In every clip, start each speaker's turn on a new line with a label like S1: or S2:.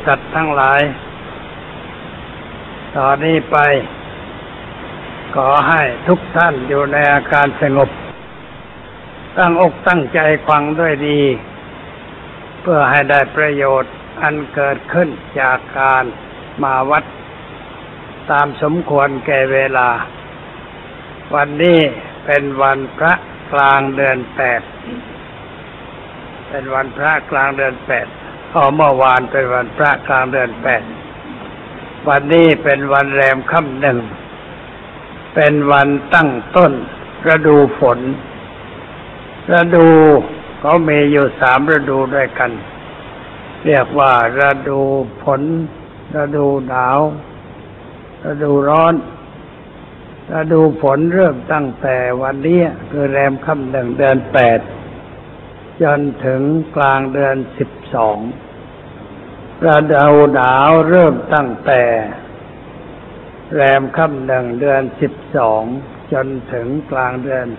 S1: สัตว์ทั้งหลายต่อนนี้ไปขอให้ทุกท่านอยู่ในอาการสงบตั้งอกตั้งใจฟังด้วยดีเพื่อให้ได้ประโยชน์อันเกิดขึ้นจากการมาวัดตามสมควรแก่เวลาวันนี้เป็นวันพระกลางเดือน8เป็นวันพระกลางเดือน8เมื่อวานเป็นวันพระกลางเดือน8วันนี้เป็นวันแรมค่ำ1เป็นวันตั้งต้นฤดูฝนฤดูเขามีอยู่3ฤดูด้วยกันเรียกว่าฤดูฝนฤดูหนาวฤดูร้อนฤดูฝนเริ่มตั้งแต่วันนี้คือแรมค่ำ1เดือน8จนถึงกลางเดือน12ฤดูหนาวเริ่มตั้งแต่แรมค่ำ1เดือน12จนถึงกลางเดือน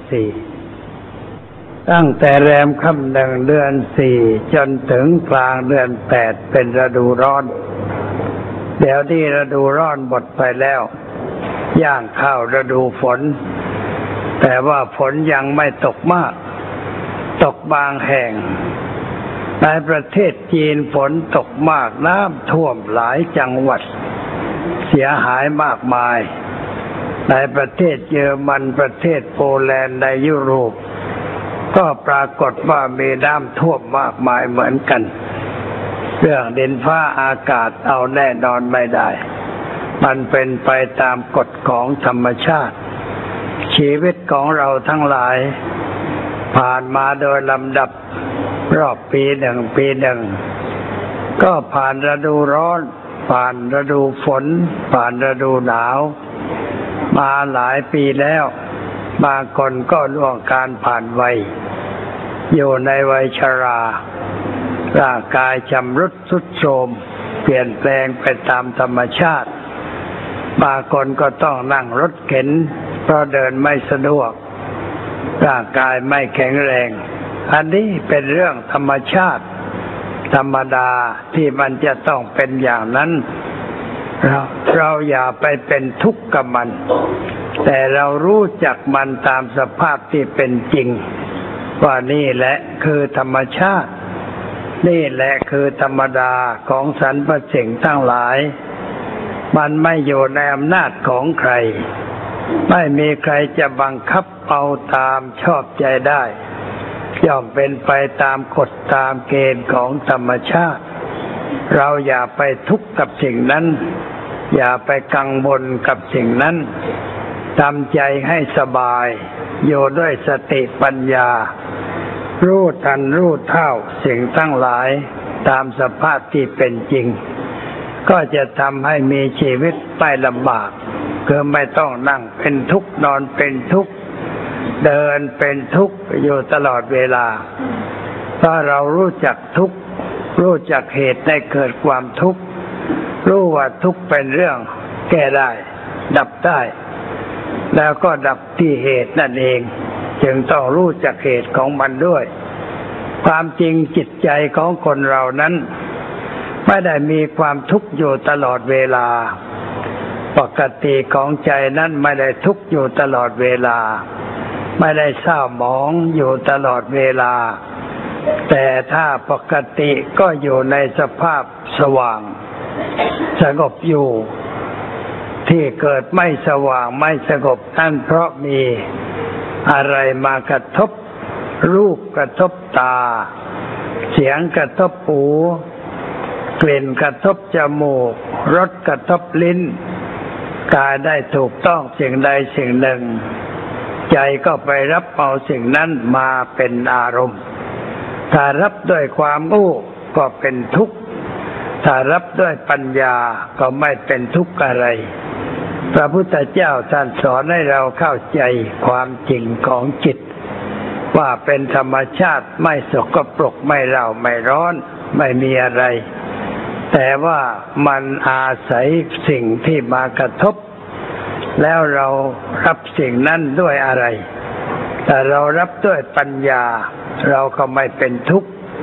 S1: 4ตั้งแต่แรมค่ำ1เดือน4จนถึงกลางเดือน8เป็นฤดูร้อนเดี๋ยวที่ฤดูร้อนหมดไปแล้วย่างเข้าฤดูฝนแต่ว่าฝนยังไม่ตกมากตกบางแห่งในประเทศจีนฝนตกมากน้ำท่วมหลายจังหวัดเสียหายมากมายในประเทศเยอรมันประเทศโปแลนด์ในยุโรปก็ปรากฏว่ามีน้ำท่วมมากมายเหมือนกันเรื่องดินฟ้าอากาศเอาแน่นอนไม่ได้มันเป็นไปตามกฎของธรรมชาติชีวิตของเราทั้งหลายผ่านมาโดยลำดับรอบปีหนึ่งก็ผ่านฤดูร้อนผ่านฤดูฝนผ่านฤดูหนาวมาหลายปีแล้วบางคนก็ล่วงการผ่านวัยอยู่ในวัยชราร่างกายชำรุดทรุดโทรมเปลี่ยนแปลงไปตามธรรมชาติบางคนก็ต้องนั่งรถเข็นเพราะเดินไม่สะดวกร่างกายไม่แข็งแรงอันนี้เป็นเรื่องธรรมชาติธรรมดาที่มันจะต้องเป็นอย่างนั้นเราอย่าไปเป็นทุกข์กับมันแต่เรารู้จักมันตามสภาพที่เป็นจริงว่านี่แหละคือธรรมชาตินี่แหละคือธรรมดาของสรรพสิ่งทั้งหลายมันไม่อยู่ในอำนาจของใครไม่มีใครจะบังคับเอาตามชอบใจได้ย่อมเป็นไปตามกฎตามเกณฑ์ของธรรมชาติเราอย่าไปทุกข์กับสิ่งนั้นอย่าไปกังวลกับสิ่งนั้นทำใจให้สบายอยู่ด้วยสติปัญญารู้ทันรู้เท่าสิ่งทั้งหลายตามสภาพที่เป็นจริงก็จะทำให้มีชีวิตไม่ลำบากคือไม่ต้องนั่งเป็นทุกข์นอนเป็นทุกข์เดินเป็นทุกข์อยู่ตลอดเวลาถ้าเรารู้จักทุกข์รู้จักเหตุให้เกิดความทุกข์รู้ว่าทุกข์เป็นเรื่องแก้ได้ดับได้แล้วก็ดับที่เหตุนั่นเองจึงต้องรู้จักเหตุของมันด้วยความจริงจิตใจของคนเรานั้นไม่ได้มีความทุกข์อยู่ตลอดเวลาปกติของใจนั้นไม่ได้ทุกข์อยู่ตลอดเวลาไม่ได้เศร้าหมองอยู่ตลอดเวลาแต่ถ้าปกติก็อยู่ในสภาพสว่างสงบอยู่ที่เกิดไม่สว่างไม่สงบนั่นเพราะมีอะไรมากระทบรูปกระทบตาเสียงกระทบหูกลิ่นกระทบจมูกรสกระทบลิ้นกายได้ถูกต้องสิ่งใดสิ่งหนึ่งใจก็ไปรับเอาสิ่งนั้นมาเป็นอารมณ์ถ้ารับด้วยความโง่ก็เป็นทุกข์ถ้ารับด้วยปัญญาก็ไม่เป็นทุกข์อะไรพระพุทธเจ้าท่านสอนให้เราเข้าใจความจริงของจิตว่าเป็นธรรมชาติไม่สกปรกไม่เร่าไม่ร้อนไม่มีอะไรแต่ว่ามันอาศัยสิ่งที่มากระทบแล้วเรารับสิ่งนั้นด้วยอะไรถ้าเรารับด้วยปัญญาเราก็ไม่เป็นทุกข์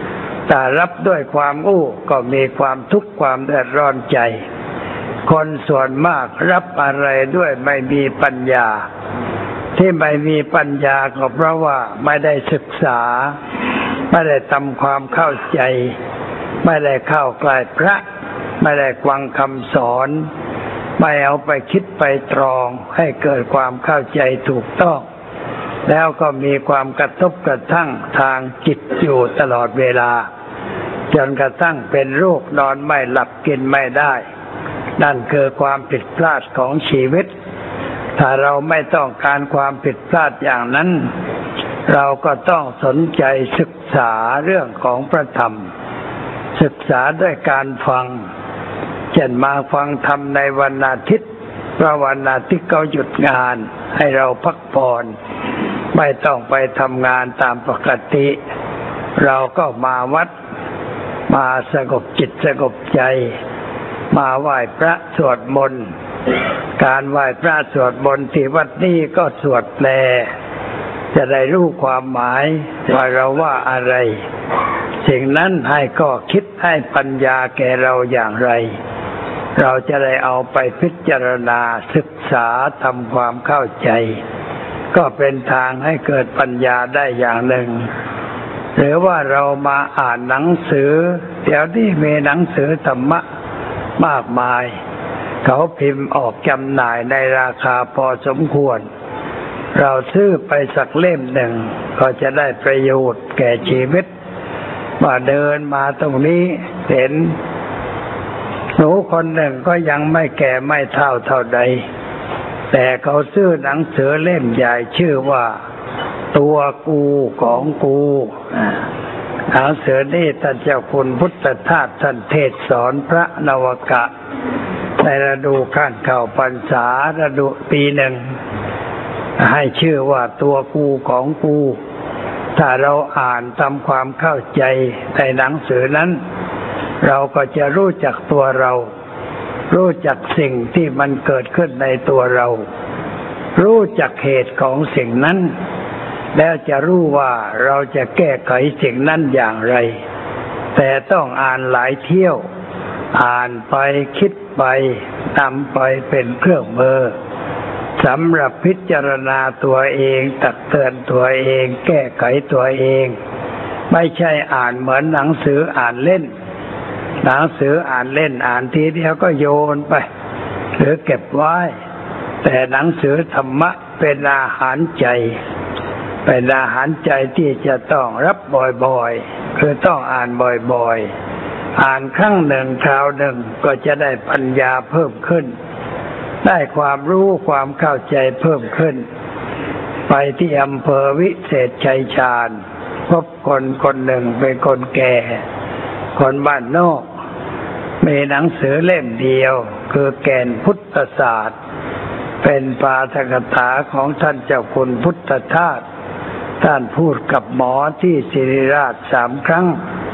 S1: ถ้ารับด้วยความโง่ก็มีความทุกข์ความเดือดร้อนใจคนส่วนมากรับอะไรด้วยไม่มีปัญญาที่ไม่มีปัญญาก็เพราะว่าไม่ได้ศึกษาไม่ได้ทำความเข้าใจไม่ได้เข้าใกล้พระไม่ได้ฟังคำสอนไม่เอาไปคิดไปตรองให้เกิดความเข้าใจถูกต้องแล้วก็มีความกระทบกระทั่งทางจิตอยู่ตลอดเวลาจนกระทั่งเป็นโรคนอนไม่หลับกินไม่ได้นั่นคือความผิดพลาดของชีวิตถ้าเราไม่ต้องการความผิดพลาดอย่างนั้นเราก็ต้องสนใจศึกษาเรื่องของพระธรรมศึกษาด้วยการฟังเช่นมาฟังธรรมในวันอาทิตย์เพราะวันอาทิตย์เขาหยุดงานให้เราพักผ่อนไม่ต้องไปทำงานตามปกติเราก็มาวัดมาสงบจิตสงบใจมาไหว้พระสวดมนต์การไหว้พระสวดมนต์ที่วัดนี้ก็สวดแปลจะได้รู้ความหมายว่าเราว่าอะไรสิ่งนั้นให้ก็คิดให้ปัญญาแก่เราอย่างไรเราจะได้เอาไปพิจารณาศึกษาทำความเข้าใจก็เป็นทางให้เกิดปัญญาได้อย่างหนึ่งหรือว่าเรามาอ่านหนังสือเดี๋ยวนี้มีหนังสือธรรมะมากมายเขาพิมพ์ออกจำหน่ายในราคาพอสมควรเราซื้อไปสักเล่มหนึ่งก็จะได้ประโยชน์แก่ชีวิตว่าเดินมาตรงนี้เห็นหนูคนหนึ่งก็ยังไม่แก่ไม่เฒ่าเท่าใดแต่เขาซื้อหนังสือเล่มใหญ่ชื่อว่าตัวกูของกูหนังสือนี้ท่านเจ้าคุณพุทธทาสท่านเทศสอนพระนวกะในฤดูข้างเข้าพรรษาฤดูปีหนึ่งให้ชื่อว่าตัวกูของกูถ้าเราอ่านทำความเข้าใจในหนังสือนั้นเราก็จะรู้จักตัวเรารู้จักสิ่งที่มันเกิดขึ้นในตัวเรารู้จักเหตุของสิ่งนั้นแล้วจะรู้ว่าเราจะแก้ไขสิ่งนั้นอย่างไรแต่ต้องอ่านหลายเที่ยวอ่านไปคิดไปนำไปเป็นเครื่องมือสำหรับพิจารณาตัวเองตักเตือนตัวเองแก้ไขตัวเองไม่ใช่อ่านเหมือนหนังสืออ่านเล่นหนังสืออ่านเล่นอ่านทีเดียวก็โยนไปหรือเก็บไว้แต่หนังสือธรรมะเป็นอาหารใจเป็นอาหารใจที่จะต้องรับบ่อยๆคือต้องอ่านบ่อยๆอ่านครั้งหนึ่งคราวหนึ่งก็จะได้ปัญญาเพิ่มขึ้นได้ความรู้ความเข้าใจเพิ่มขึ้นไปที่อำเภอวิเศษชัยชาญพบคนหนึ่งเป็นคนแก่คนบ้านนอกมีหนังสือเล่มเดียวคือแก่นพุทธศาสตร์เป็นปาฐกถาของท่านเจ้าคุณพุทธทาสท่านพูดกับหมอที่ศิริราช3 ครั้ง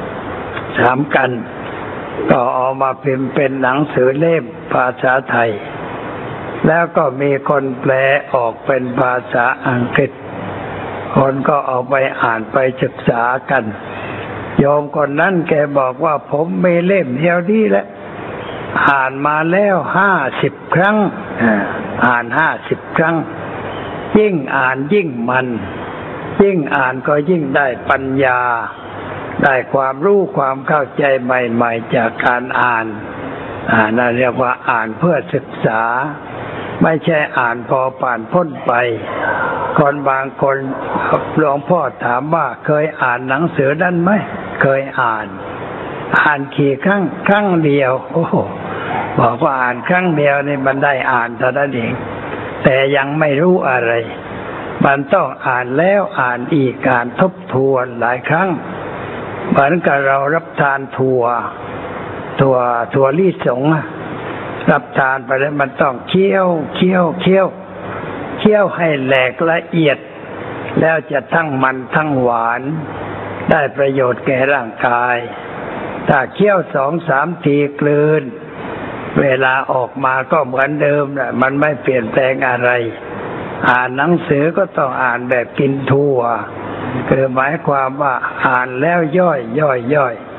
S1: 3 กันก็เอามาพิมพ์เป็นหนังสือเล่มภาษาไทยแล้วก็มีคนแปลออกเป็นภาษาอังกฤษคนก็เอาไปอ่านไปศึกษากันโยมคนนั้นแกบอกว่าผมมีเล่มเดียวนี้แหละอ่านมาแล้ว50 ครั้งอ่าน50 ครั้งยิ่งอ่านยิ่งมันยิ่งอ่านก็ยิ่งได้ปัญญาได้ความรู้ความเข้าใจใหม่ๆจากการอ่านนั่นเรียกว่าอ่านเพื่อศึกษาไม่ใช่อ่านพอผ่านพ้นไปคนบางคนหลวงพ่อถามว่าเคยอ่านหนังสือนั้นไหมเคยอ่านกี่ครั้งครั้งเดียวโอ้บอกว่าอ่านครั้งเดียวนี่มันได้อ่านเท่านั้นเองแต่ยังไม่รู้อะไรมันต้องอ่านแล้วอ่านอีกอ่านทบทวนหลายครั้งเหมือนกับเรารับทานถั่วลิสงรับทานไปแล้วมันต้องเคี่ยวให้แหลกละเอียดแล้วจะทั้งมันทั้งหวานได้ประโยชน์แก่ร่างกายถ้าเคี่ยว 2-3 ทีกลืนเวลาออกมาก็เหมือนเดิมแหละมันไม่เปลี่ยนแปลงอะไรอ่านหนังสือก็ต้องอ่านแบบกินถั่วคือหมายความว่าอ่านแล้วย่อย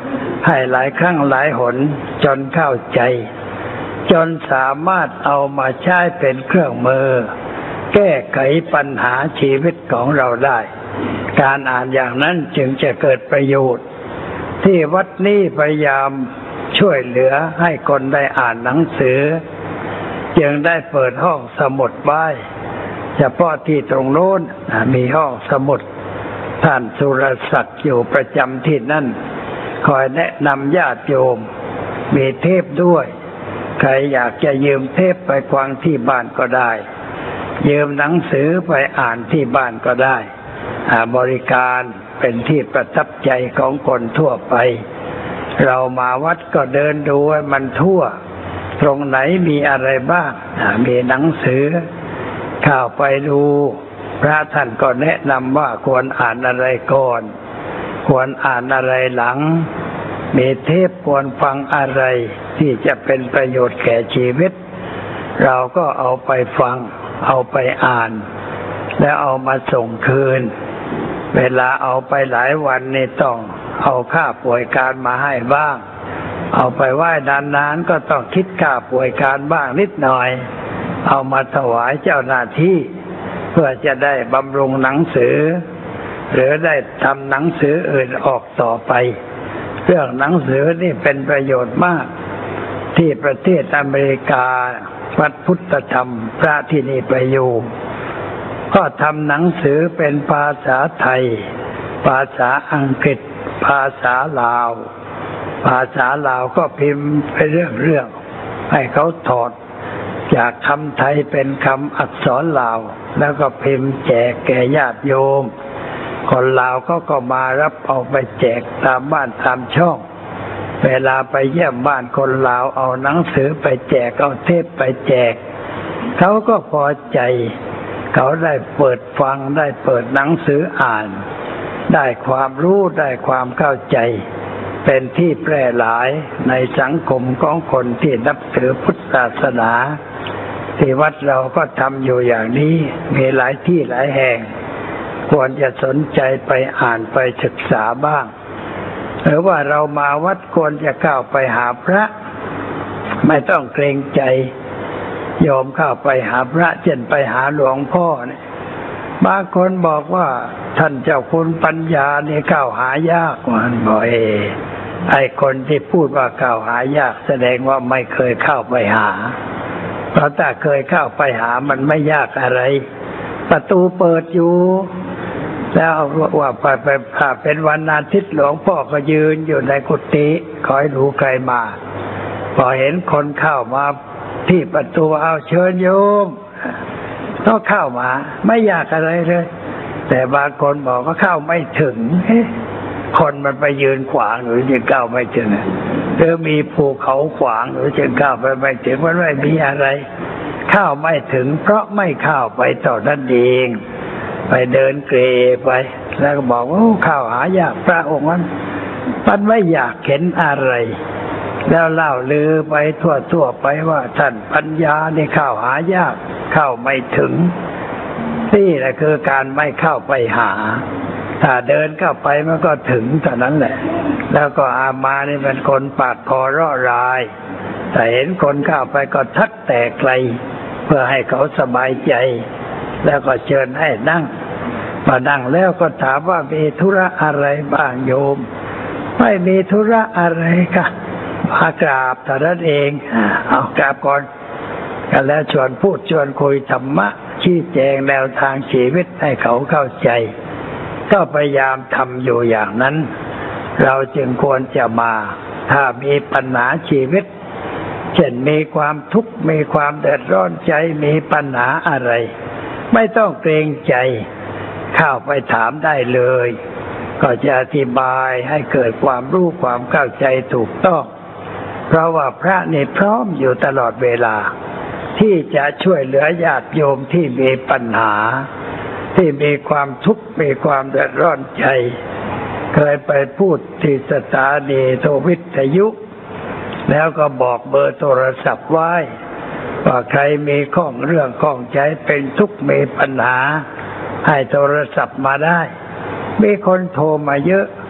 S1: ให้หลายครั้งหลายหนจนเข้าใจจนสามารถเอามาใช้เป็นเครื่องมือแก้ไขปัญหาชีวิตของเราได้การอ่านอย่างนั้นจึงจะเกิดประโยชน์ที่วัดนี้พยายามช่วยเหลือให้คนได้อ่านหนังสือจึงได้เปิดห้องสมุดไว้เฉพาะที่ตรงโน้นมีห้องสมุดท่านสุรศักดิ์อยู่ประจำที่นั่นคอยแนะนำญาติโยมมีเทปด้วยใครอยากจะยืมเทปไปฟังที่บ้านก็ได้ยืมหนังสือไปอ่านที่บ้านก็ได้บริการเป็นที่ประทับใจของคนทั่วไปเรามาวัดก็เดินดูให้มันทั่วตรงไหนมีอะไรบ้างมีหนังสือเข้าไปดูพระท่านก็แนะนำว่าควรอ่านอะไรก่อนควรอ่านอะไรหลังมีเทปควรฟังอะไรที่จะเป็นประโยชน์แก่ชีวิตเราก็เอาไปฟังเอาไปอ่านแล้วเอามาส่งคืนเวลาเอาไปหลายวันนี่ต้องเอาค่าป่วยการมาให้บ้างเอาไปไหว้นานๆก็ต้องคิดค่าป่วยการบ้างนิดหน่อยเอามาถวายเจ้าหน้าที่เพื่อจะได้บำรุงหนังสือหรือได้ทำหนังสืออื่นออกต่อไปเรื่องหนังสือนี่เป็นประโยชน์มากที่ประเทศอเมริกาวัดพุทธธรรมพระที่นี่ไปอยู่ก็ทำหนังสือเป็นภาษาไทยภาษาอังกฤษภาษาลาวภาษาลาวก็พิมพ์ไปเรื่องให้เขาถอดจากคำไทยเป็นคำอักษรลาวแล้วก็พิมพ์แจกแก่ญาติโยมคนลาวเขาก็มารับเอาไปแจกตามบ้านตามช่องเวลาไปเยี่ยมบ้านคนลาวเอาหนังสือไปแจกเอาเทปไปแจกเขาก็พอใจเขาได้เปิดฟังได้เปิดหนังสืออ่านได้ความรู้ได้ความเข้าใจเป็นที่แพร่หลายในสังคมของคนที่นับถือพุทธศาสนาที่วัดเราก็ทำอยู่อย่างนี้มีหลายที่หลายแห่งควรจะสนใจไปอ่านไปศึกษาบ้างหรือว่าเรามาวัดควรจะเข้าไปหาพระไม่ต้องเกรงใจโยมเข้าไปหาพระเช่นไปหาหลวงพ่อเนี่ยบางคนบอกว่าท่านเจ้าคุณปัญญาเนี่ยเข้าหายากมันบอกไอ้คนที่พูดว่าเข้าหายากแสดงว่าไม่เคยเข้าไปหาเพราะถ้าเคยเข้าไปหามันไม่ยากอะไรประตูเปิดอยู่แล้วว่าไปเป็นวันอาทิตย์หลวงพ่อก็ยืนอยู่ในกุฏิคอยดูใครมาพอเห็นคนเข้ามาที่ประตูเอาเชิญโยมก็เข้ามาไม่ยากอะไรเลยแต่บางคนบอกว่าเข้าไม่ถึงคนมันไปยืนขวางหรือจะเข้าไม่ถึงหรือมีภูเขาขวางหรือจะเข้าไปไม่ถึงมันไม่มีอะไรเข้าไม่ถึงเพราะไม่เข้าไปต่อนั่นเองไปเดินเกรไปแล้วก็บอกว่าเข้าหายากพระองค์นั้นมันไม่อยากเห็นอะไรแล้วเล่าลือไปทั่วไปว่าท่านปัญญาเนี่ยเข้าหายากเข้าไม่ถึงนี่แหละคือการไม่เข้าไปหาถ้าเดินเข้าไปมันก็ถึงเท่านั้นแหละแล้วก็อามานี่เป็นคนปากคอร่อรายแต่เห็นคนเข้าไปก็ทักแต่ไกลเพื่อให้เขาสบายใจแล้วก็เชิญให้นั่งมานั่งแล้วก็ถามว่ามีธุระอะไรบ้างโยมไม่มีธุระอะไรค่ะมากราบแต่นั้นเองเอากราบก่อนกันแล้วชวนพูดชวนคุยธรรมะชี้แจงแนวทางชีวิตให้เขาเข้าใจก็พยายามทำอยู่อย่างนั้นเราจึงควรจะมาถ้ามีปัญหาชีวิตเช่นมีความทุกข์มีความเดือดร้อนใจมีปัญหาอะไรไม่ต้องเกรงใจเข้าไปถามได้เลยก็จะอธิบายให้เกิดความรู้ความเข้าใจถูกต้องเพราะว่าพระนี่พร้อมอยู่ตลอดเวลาที่จะช่วยเหลือญาติโยมที่มีปัญหาที่มีความทุกข์มีความเดือดร้อนใจเคยไปพูดที่สถานีโทรวิทยุแล้วก็บอกเบอร์โทรศัพท์ไว้ว่าใครมีข้องเรื่องข้องใจเป็นทุกข์มีปัญหาให้โทรศัพท์มาได้มีคนโทรมาเยอะ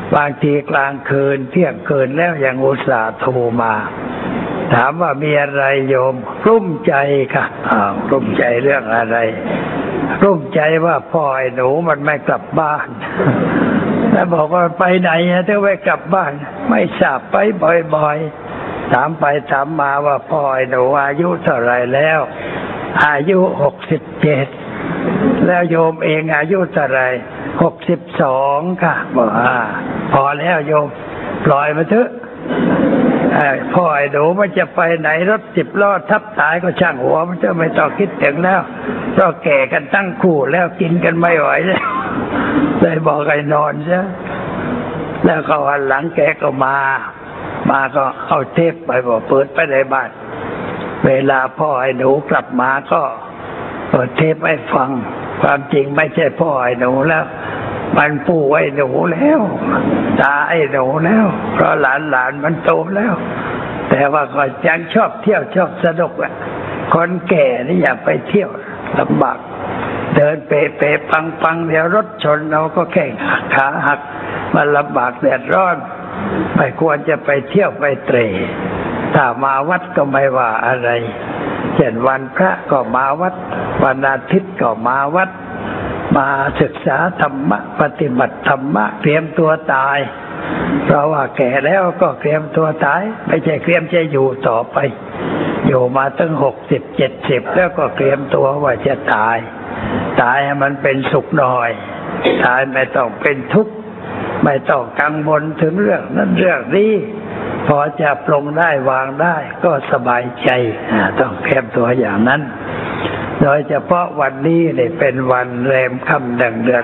S1: บางทีกลางคืนเที่ยงคืนแล้วยังอุตส่าห์โทรมาถามว่ามีอะไรโยมกลุ้มใจค่ะกลุ้มใจเรื่องอะไรกลุ้มใจว่าพ่อไอ้หนูมันไม่กลับบ้านแล้วบอกว่าไปไหนถึงไม่กลับบ้านไม่ทราบไปบ่อยๆถามไปถามมาว่าพ่อไอ้หนูอายุเท่าไรแล้วอายุ67แล้วโยมเองอายุเท่าไร62ค่ะบอกพอแล้วโยมปล่อยมาเถอะพ่อไอ้หนูมันจะไปไหนรถ10 ล้อทับตายก็ช่างหัวมันจะไม่ต้องคิดถึงแล้วเพราะแก่กันตั้งคู่แล้วกินกันไม่ไหวแล้วเลยบอกให้นอนซะแล้วก็วันหลังแกก็มาก็เอาเทปไปบอกเปิดไปในบ้านเวลาพ่อไอ้หนูกลับมาก็เปิดเทปให้ฟังความจริงไม่ใช่พ่อไอ้หนูแล้วมันปู่ไอ้หนูแล้วตาไอ้หนูแล้วเพราะหลานมันโตแล้วแต่ว่าก็ยังชอบเที่ยวชอบสนุกคนแก่นี่อย่าไปเที่ยวลำบากเดินเปะปังเดี๋ยวรถชนเราก็แข้งหักขาหักมันลำบากแดดร้อนไม่ควรจะไปเที่ยวไปเตร่ถ้ามาวัดก็ไม่ว่าอะไรเช่นวันพระก็มาวัดวันอาทิตย์ก็มาวัดมาศึกษาธรรมะปฏิบัติธรรมะเตรียมตัวตายเพราะว่าแก่แล้วก็เตรียมตัวตายไม่ใช่เตรียมจะอยู่ต่อไปอยู่มาตั้ง60-70แล้วก็เตรียมตัวว่าจะตายให้มันเป็นสุขหน่อยตายไม่ต้องเป็นทุกข์ไม่ต้องกังวลถึงเรื่องนั้นเรื่องนี้พอจะปลงได้วางได้ก็สบายใจต้องเตรียมตัวอย่างนั้นโดยเฉพาะวันนี้เนี่ยเป็นวันแรมค่ำเดือน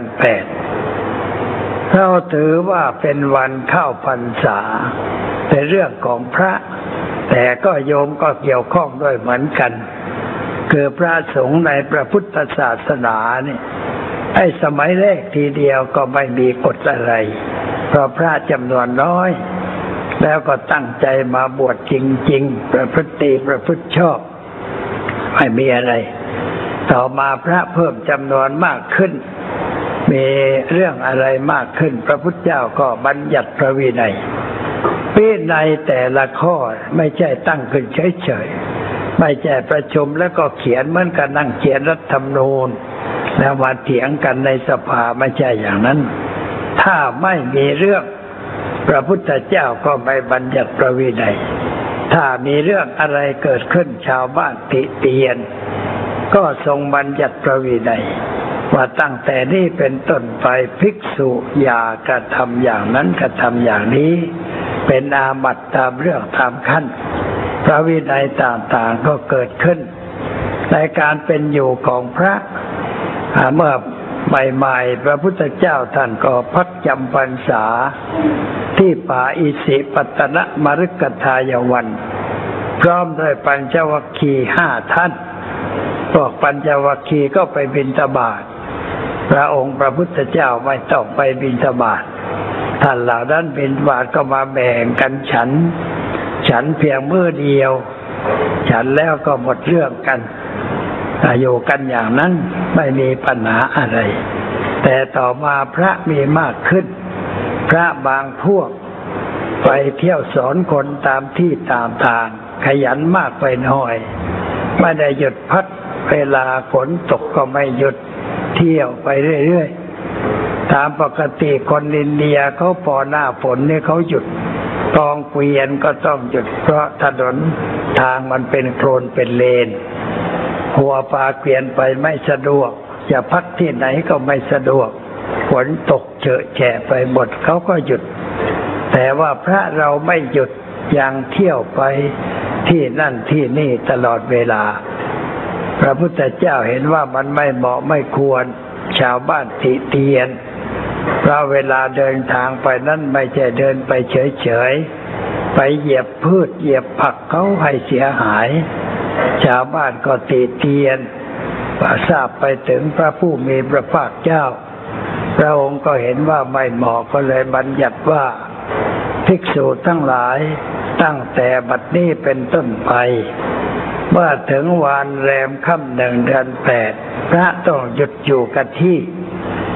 S1: 8เราถือว่าเป็นวันเข้าพรรษาเป็นเรื่องของพระแต่ก็โยมก็เกี่ยวข้องด้วยเหมือนกันคือพระสงฆ์ในพระพุทธศาสนาเนี่ยสมัยแรกทีเดียวก็ไม่มีกฎอะไรเพราะพระจำนวนน้อยแล้วก็ตั้งใจมาบวชจริงๆประพฤติชอบไม่มีอะไรต่อมาพระเพิ่มจำนวนมากขึ้นมีเรื่องอะไรมากขึ้นพระพุทธเจ้าก็บัญญัติพระวินัยแต่ละข้อไม่ใช่ตั้งขึ้นเฉยๆไม่ใช่ประชุมแล้วก็เขียนเหมือนกันนั่งเขียนรัฐธรรมนูญแล้วมาเถียงกันในสภาไม่ใช่อย่างนั้นถ้าไม่มีเรื่องพระพุทธเจ้าก็ไม่บัญญัติพระวินัยถ้ามีเรื่องอะไรเกิดขึ้นชาวบ้านติเตียนก็ทรงบัญญัติพระวินัยว่าตั้งแต่นี้เป็นต้นไปภิกษุอย่ากระทำอย่างนั้นกระทำอย่างนี้เป็นอาบัติตามเรื่องตามขั้นพระวินัยต่างๆก็เกิดขึ้นในการเป็นอยู่ของพระเมื่อใหม่ๆพระพุทธเจ้าท่านก็พักจำพรรษาที่ป่าอิสิปตนมฤคทายวันพร้อมด้วยปัญจวัคคีย์5 ท่านพวกปัญจวัคคีย์ก็ไปบิณฑบาตพระองค์พระพุทธเจ้าไม่ต้องไปบิณฑบาตท่านเหล่านั้นบิณฑบาตก็มาแบ่งกันฉันเพียงมื้อเดียวฉันแล้วก็หมดเรื่องกันอยู่กันอย่างนั้นไม่มีปัญหาอะไรแต่ต่อมาพระมีมากขึ้นพระบางพวกไปเที่ยวสอนคนตามที่ต่างๆขยันมากไปหน่อยไม่ได้หยุดพักเวลาฝนตกก็ไม่หยุดเที่ยวไปเรื่อยๆตามปกติคนอินเดียเขาพอหน้าฝนนี่เขาหยุดกองเกวียนก็ต้องหยุดเพราะถนนทางมันเป็นโคลนเป็นเลนหัวปลาเกวียนไปไม่สะดวกจะพักที่ไหนก็ไม่สะดวกฝนตกเฉอะแฉะไปหมดเขาก็หยุดแต่ว่าพระเราไม่หยุดยังเที่ยวไปที่นั่นที่นี่ตลอดเวลาพระพุทธเจ้าเห็นว่ามันไม่เหมาะไม่ควรชาวบ้านติเตียนเพราะเวลาเดินทางไปนั้นไม่ใช่เดินไปเฉยๆไปเหยียบพืชเหยียบผักเขาให้เสียหายชาวบ้านก็ติเตียนทราบไปถึงพระผู้มีพระภาคเจ้าพระองค์ก็เห็นว่าไม่เหมาะก็เลยบัญญัติว่าภิกษุทั้งหลายตั้งแต่บัดนี้เป็นต้นไปเมื่อถึงวันแรมค่ำเดือน 8พระต้องหยุดอยู่กับที่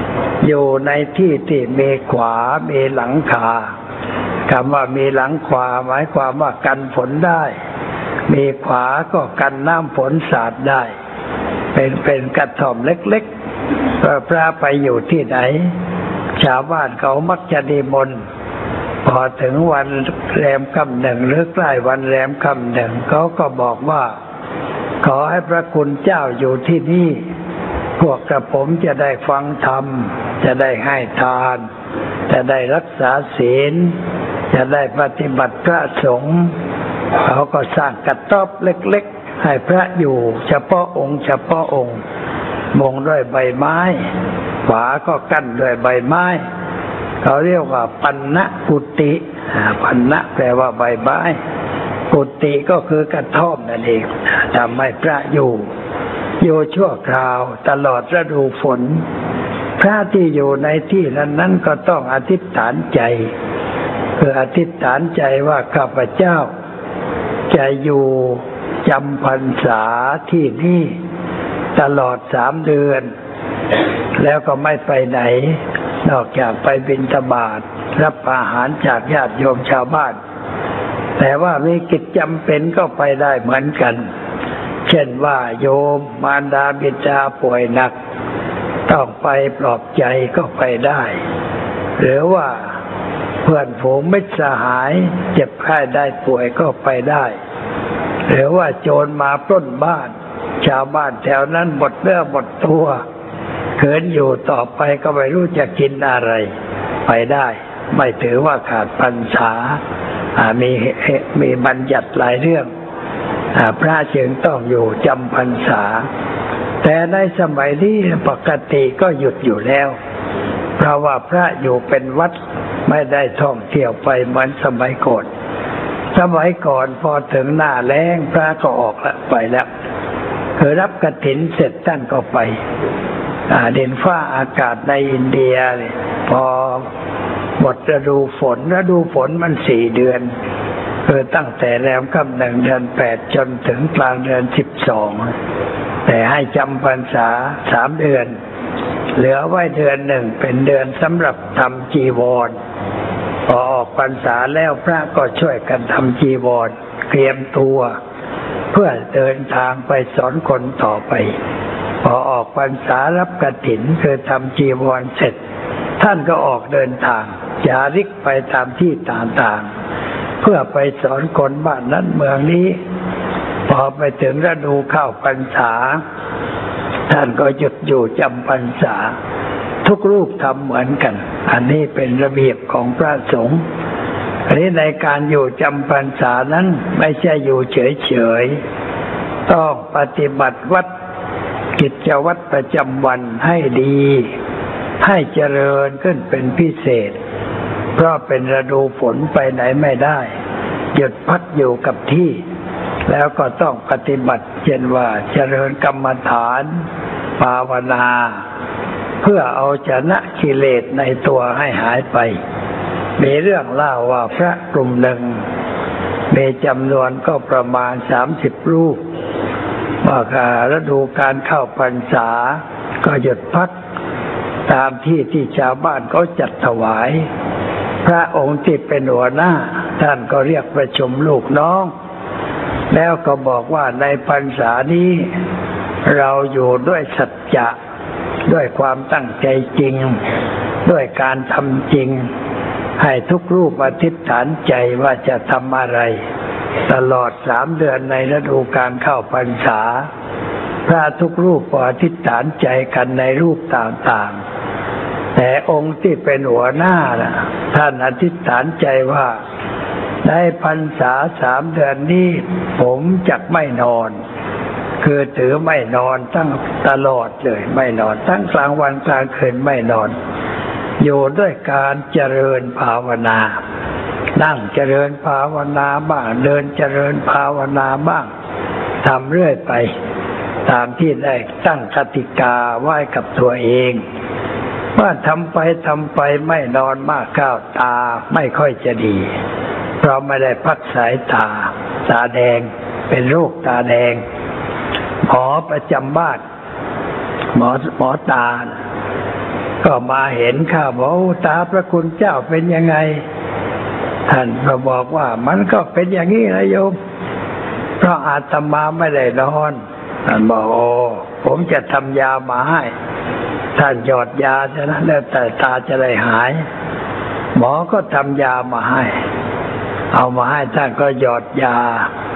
S1: อยู่ในที่ที่มีขวามีหลังคาคำว่ามีหลังขวาหมายความว่ากันฝนได้มีขวาก็กันน้ำฝนสาดได้เป็นกระท่อมเล็กๆพระไปอยู่ที่ไหนชาวบ้านเขามักจะนิมนต์พอถึงวันแรมค่ำหนึ่งหรือใกล้วันแรมค่ำหนึ่งเขาก็บอกว่าขอให้พระคุณเจ้าอยู่ที่นี่พวกกระผมจะได้ฟังธรรมจะได้ให้ทานจะได้รักษาศีลจะได้ปฏิบัติพระสงฆ์เขาก็สร้างกระต๊อบเล็กๆให้พระอยู่เฉพาะองค์เฉพาะองค์มุงด้วยใบไม้ฝาก็กั้นด้วยใบไม้เขาเรียกว่าปัณณกุฏิปัณณแปลว่าใบไม้กุฏิก็คือกระท่อมนั่นเองทำให้พระอยู่ชั่วคราวตลอดฤดูฝนพระที่อยู่ในที่นั้นก็ต้องอธิษฐานใจคืออธิษฐานใจว่าข้าพเจ้าจะอยู่จำพรรษาที่นี่ตลอด3 เดือนแล้วก็ไม่ไปไหนนอกจากไปบิณฑบาตรับอาหารจากญาติโยมชาวบ้านแต่ว่ามีกิจจำเป็นก็ไปได้เหมือนกันเช่นว่าโยมมารดาบิดาป่วยหนักต้องไปปลอบใจก็ไปได้หรือว่าเพื่อนฝูงมิตรสหายเจ็บไข้ได้ป่วยก็ไปได้หรือว่าโจรมาปล้นบ้านชาวบ้านแถวนั้นหมดเนื้อหมดตัวเขินอยู่ต่อไปก็ไม่รู้จะกินอะไรไปได้ไม่ถือว่าขาดพรรษามีบัญญัติหลายเรื่องพระจึงต้องอยู่จำพรรษาแต่ในสมัยนี้ปกติก็หยุดอยู่แล้วเพราะว่าพระอยู่เป็นวัดไม่ได้ท่องเที่ยวไปเหมือนสมัยก่อนพอถึงหน้าแล้งพระก็ออกละไปแล้วคือรับกฐินเสร็จท่านก็ไปเด่นฟ้าอากาศในอินเดียพอหมดฤดูฝนมัน4 เดือนคือตั้งแต่แรมค่ำ1 เดือน 8จนถึงกลางเดือน 12แต่ให้จำพรรษา3 เดือนเหลือไว้เดือน 1เป็นเดือนสำหรับทำจีวรพอออกพรรษาแล้วพระก็ช่วยกันทำจีวรเตรียมตัวเพื่อเดินทางไปสอนคนต่อไปพอออกพรรษารับกฐินคือทำจีวรเสร็จท่านก็ออกเดินทางจาริกไปตามที่ต่างๆเพื่อไปสอนคนบ้านนั้นเมืองนี้พอไปถึงฤดูเข้าพรรษาท่านก็หยุดอยู่จำพรรษาทุกรูปทำเหมือนกันอันนี้เป็นระเบียบของพระสงฆ์อันนี้ในการอยู่จำพรรษานั้นไม่ใช่อยู่เฉยๆต้องปฏิบัติวัดกิจวัตรประจำวันให้ดีให้เจริญขึ้นเป็นพิเศษเพราะเป็นฤดูฝนไปไหนไม่ได้หยุดพักอยู่กับที่แล้วก็ต้องปฏิบัติเช่นว่าเจริญกรรมฐานภาวนาเพื่อเอาชนะกิเลสในตัวให้หายไปมีเรื่องเล่าว่าพระกลุ่มหนึ่งมีจำนวนก็ประมาณ30 รูปว่าฤดูการเข้าพรรษาก็หยุดพักตามที่ชาวบ้านเขาจัดถวายพระองค์ที่เป็นหัวหน้าท่านก็เรียกประชุมลูกน้องแล้วก็บอกว่าในพรรษานี้เราอยู่ด้วยสัจจะด้วยความตั้งใจจริงด้วยการทำจริงให้ทุกรูปอธิษฐานใจว่าจะทำอะไรตลอด3 เดือนในฤดูการเข้าพรรษาพระทุกรูปอธิษฐานใจกันในรูปต่างๆแต่องค์ที่เป็นหัวหน้าท่านอธิษฐานใจว่าในพรรษา3 เดือนนี้ผมจะไม่นอนคือถือไม่นอนตั้งตลอดเลยไม่นอนทั้งกลางวันกลางคืนไม่นอนอยู่ด้วยการเจริญภาวนานั่งเจริญภาวนาบ้างเดินเจริญภาวนาบ้างทำเรื่อยไปตามที่ได้ตั้งกติกาไว้กับตัวเองว่าทำไปไม่นอนมากก้าวตาไม่ค่อยจะดีเพราะไม่ได้พักสายตาแดงเป็นโรคตาแดงหมอประจำบ้านหมอตาก็มาเห็นข้าบอกตาพระคุณเจ้าเป็นยังไงท่านก็บอกว่ามันก็เป็นอย่างนี้นะโยมเพราะอาตมาไม่ได้นอนท่านบอกผมจะทำยามาให้ท่านหยอดยาใช่ไหมแล้วแต่ตาจะได้หายหมอก็ทำยามาให้เอามาให้ท่านก็หยอดยา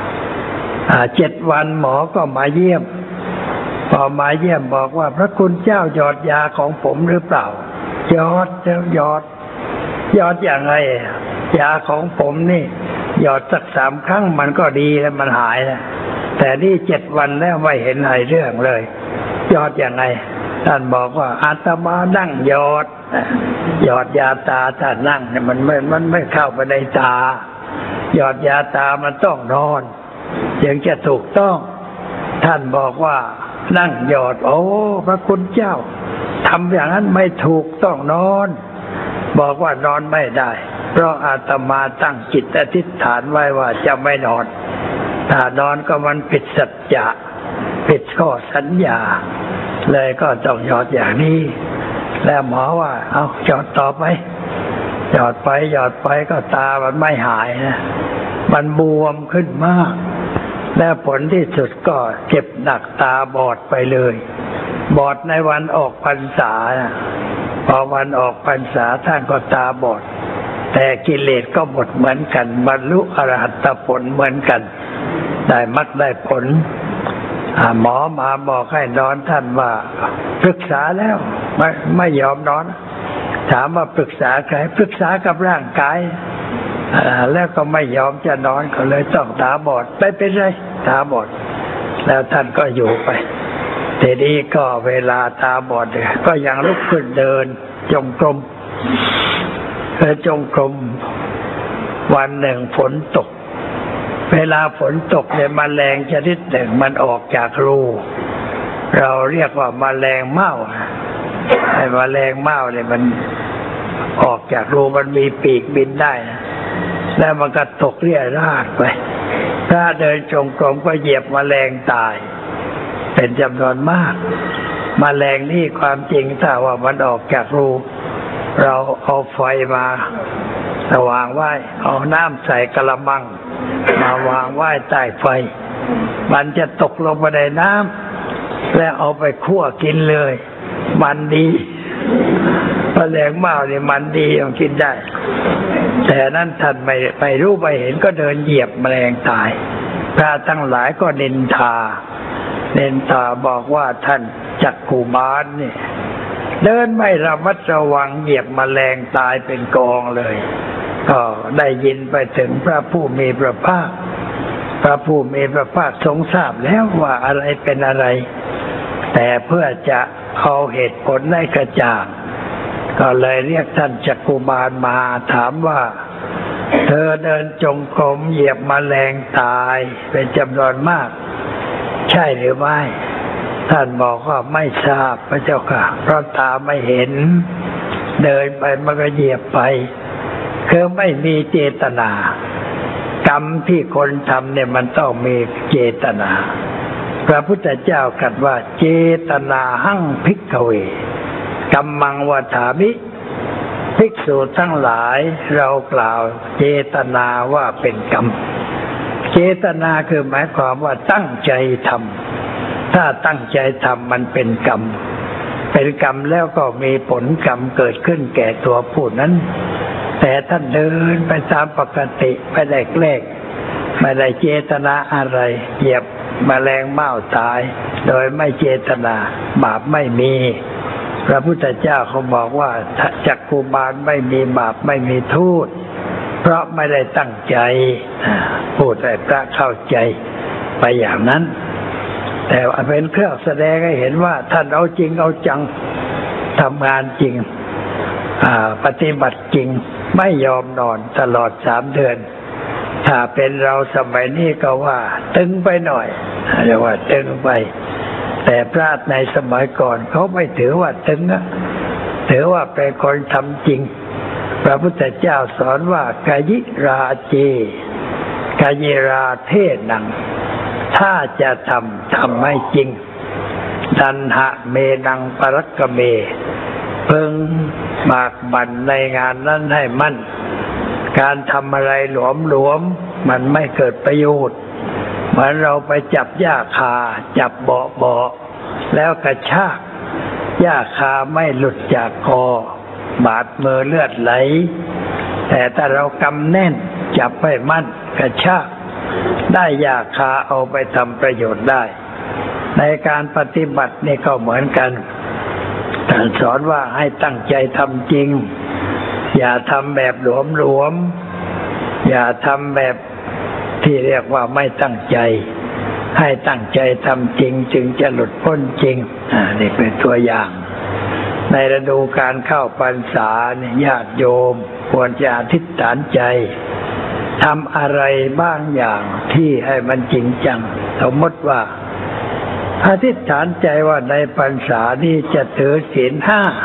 S1: 7 วันหมอก็มาเยี่ยมพอมาเยี่ยมบอกว่าพระคุณเจ้าหยอดยาของผมหรือเปล่าหยอดอย่างไรยาของผมนี่หยอดสัก3 ครั้งมันก็ดีแล้วมันหายแล้วแต่นี่7 วันแล้วไม่เห็นหายเรื่องเลยหยอดอย่างไรท่านบอกว่าอาตมานั่งหยอดยาตาถ้านั่งเนี่ยมันไม่เข้าไปในตาหยอดยาตามันต้องนอนยังจะถูกต้องท่านบอกว่านั่งหยอดพระคุณเจ้าทำอย่างนั้นไม่ถูกต้องนอนบอกว่านอนไม่ได้เพราะอาตมาตั้งจิตอธิษฐานไว้ว่าจะไม่นอนถ้านอนก็มันผิดสัจจะผิดข้อสัญญาเลยก็ต้องหยอดอย่างนี้แล้วหมอว่าเอาหยอดต่อไปหยอดไปก็ตามันไม่หายนะมันบวมขึ้นมากและผลที่สุดก็เจ็บหนักตาบอดไปเลยบอดในวันออกพรรษาพอวันออกพรรษาท่านก็ตาบอดแต่กิเลสก็หมดเหมือนกันบรรลุอรหัตผลเหมือนกันได้มรรคได้ผลหมอมาบอกให้นอนท่านว่าปรึกษาแล้วไม่ยอมนอนถามว่าปรึกษาใครปรึกษากับร่างกายแล้วก็ไม่ยอมจะนอนก็เลยต้องตาบอดไม่เป็นไรตาบอดแล้วท่านก็อยู่ไปทีนี้ก็เวลาตาบอดก็ยังลุกขึ้นเดินจงกรมวันหนึ่งฝนตกเวลาฝนตกเนี่ยแมลงชนิดหนึ่งมันออกจากรูเราเรียกว่าแมลงเม่าไอ้แมลงเม่าเนี่ยมันออกจากรูมันมีปีกบินได้นะแล้วมันก็ตกเรี่ยราดไปถ้าเดินจงกรมก็เหยียบแมลงตายเป็นจำนวนมากแมลงนี่ความจริงถ้าว่ามันออกจากรูเราเอาไฟมาสว่างไว้เอาน้ำใส่กระมังมาวางไว้ใต้ไฟมันจะตกลงไปในน้ำแล้วเอาไปคั่วกินเลยมันดีแมลงเม่าเนี่ยมันดีต้องกินได้แต่นั้นท่านไม่รู้ไม่เห็นก็เดินเหยียบแมลงตายพระทั้งหลายก็นินทาบอกว่าท่านจักกุมารนี่เดินไม่ระมัดระวังเหยียบแมลงตายเป็นกองเลยก็ได้ยินไปถึงพระผู้มีพระภาคทรงทราบแล้วว่าอะไรเป็นอะไรแต่เพื่อจะเอาเหตุผลให้กระจ่างก็เลยเรียกท่านจักกุมารมาถามว่าเธอเดินจงกรมเหยียบแมลงตายเป็นจำนวนมากใช่หรือไม่ท่านบอกว่าไม่ทราบพระเจ้าค่ะเพราะตาไม่เห็นเดินไปมันก็เหยียบไปคือไม่มีเจตนากรรมที่คนทำเนี่ยมันต้องมีเจตนาพระพุทธเจ้าตรัสว่าเจตนาหังภิกขเวกัมมังวฏามิภิกษุทั้งหลายเรากล่าวเจตนาว่าเป็นกรรมเจตนาคือหมายความว่าตั้งใจทำถ้าตั้งใจทำมันเป็นกรรมแล้วก็มีผลกรรมเกิดขึ้นแก่ตัวผู้นั้นแต่ท่านเดินไปตามปกติไม่ได้แกล้งไม่ได้เจตนาอะไรเหยียบแมลงเม่าตายโดยไม่เจตนาบาปไม่มีพระพุทธเจ้าเขาบอกว่าจักกุมารไม่มีบาปไม่มีโทษเพราะไม่ได้ตั้งใจพูดให้พระเข้าใจไปอย่างนั้นแต่เป็นเครื่องแสดงให้เห็นว่าท่านเอาจริงเอาจังทำงานจริงปฏิบัติจริงไม่ยอมนอนตลอด3 เดือนถ้าเป็นเราสมัยนี้ก็ว่าตึงไปหน่อยเรียกว่าตึงไปแต่พระในสมัยก่อนเขาไม่ถือว่าตึงถือว่าเป็นคนทำจริงพระพุทธเจ้าสอนว่ากายิราเจกายิราเทนังถ้าจะทำให้จริงดันหะเมนังปรักกเมเพิ่งบากบั่นในงานนั้นให้มั่นการทำอะไรหลวมๆมันไม่เกิดประโยชน์เหมือนเราไปจับหญ้าคาจับเบาๆแล้วกระชากหญ้าคาไม่หลุดจากคอบาดมือเลือดไหลแต่ถ้าเรากำแน่นจับไว้มั่นกระชากได้หญ้าคาเอาไปทำประโยชน์ได้ในการปฏิบัตินี่ก็เหมือนกันท่านสอนว่าให้ตั้งใจทำจริงอย่าทำแบบหลวมๆอย่าทำแบบที่เรียกว่าไม่ตั้งใจให้ตั้งใจทำจริงจึงจะหลุดพ้นจริงนี่เป็นตัวอย่างในฤดูการเข้าพรรษาเนี่ยญาติโยมควรจะอธิษฐานใจทำอะไรบ้างอย่างที่ให้มันจริงจังสมมติว่าอธิษฐานใจว่าในพรรษานี้จะถือศีล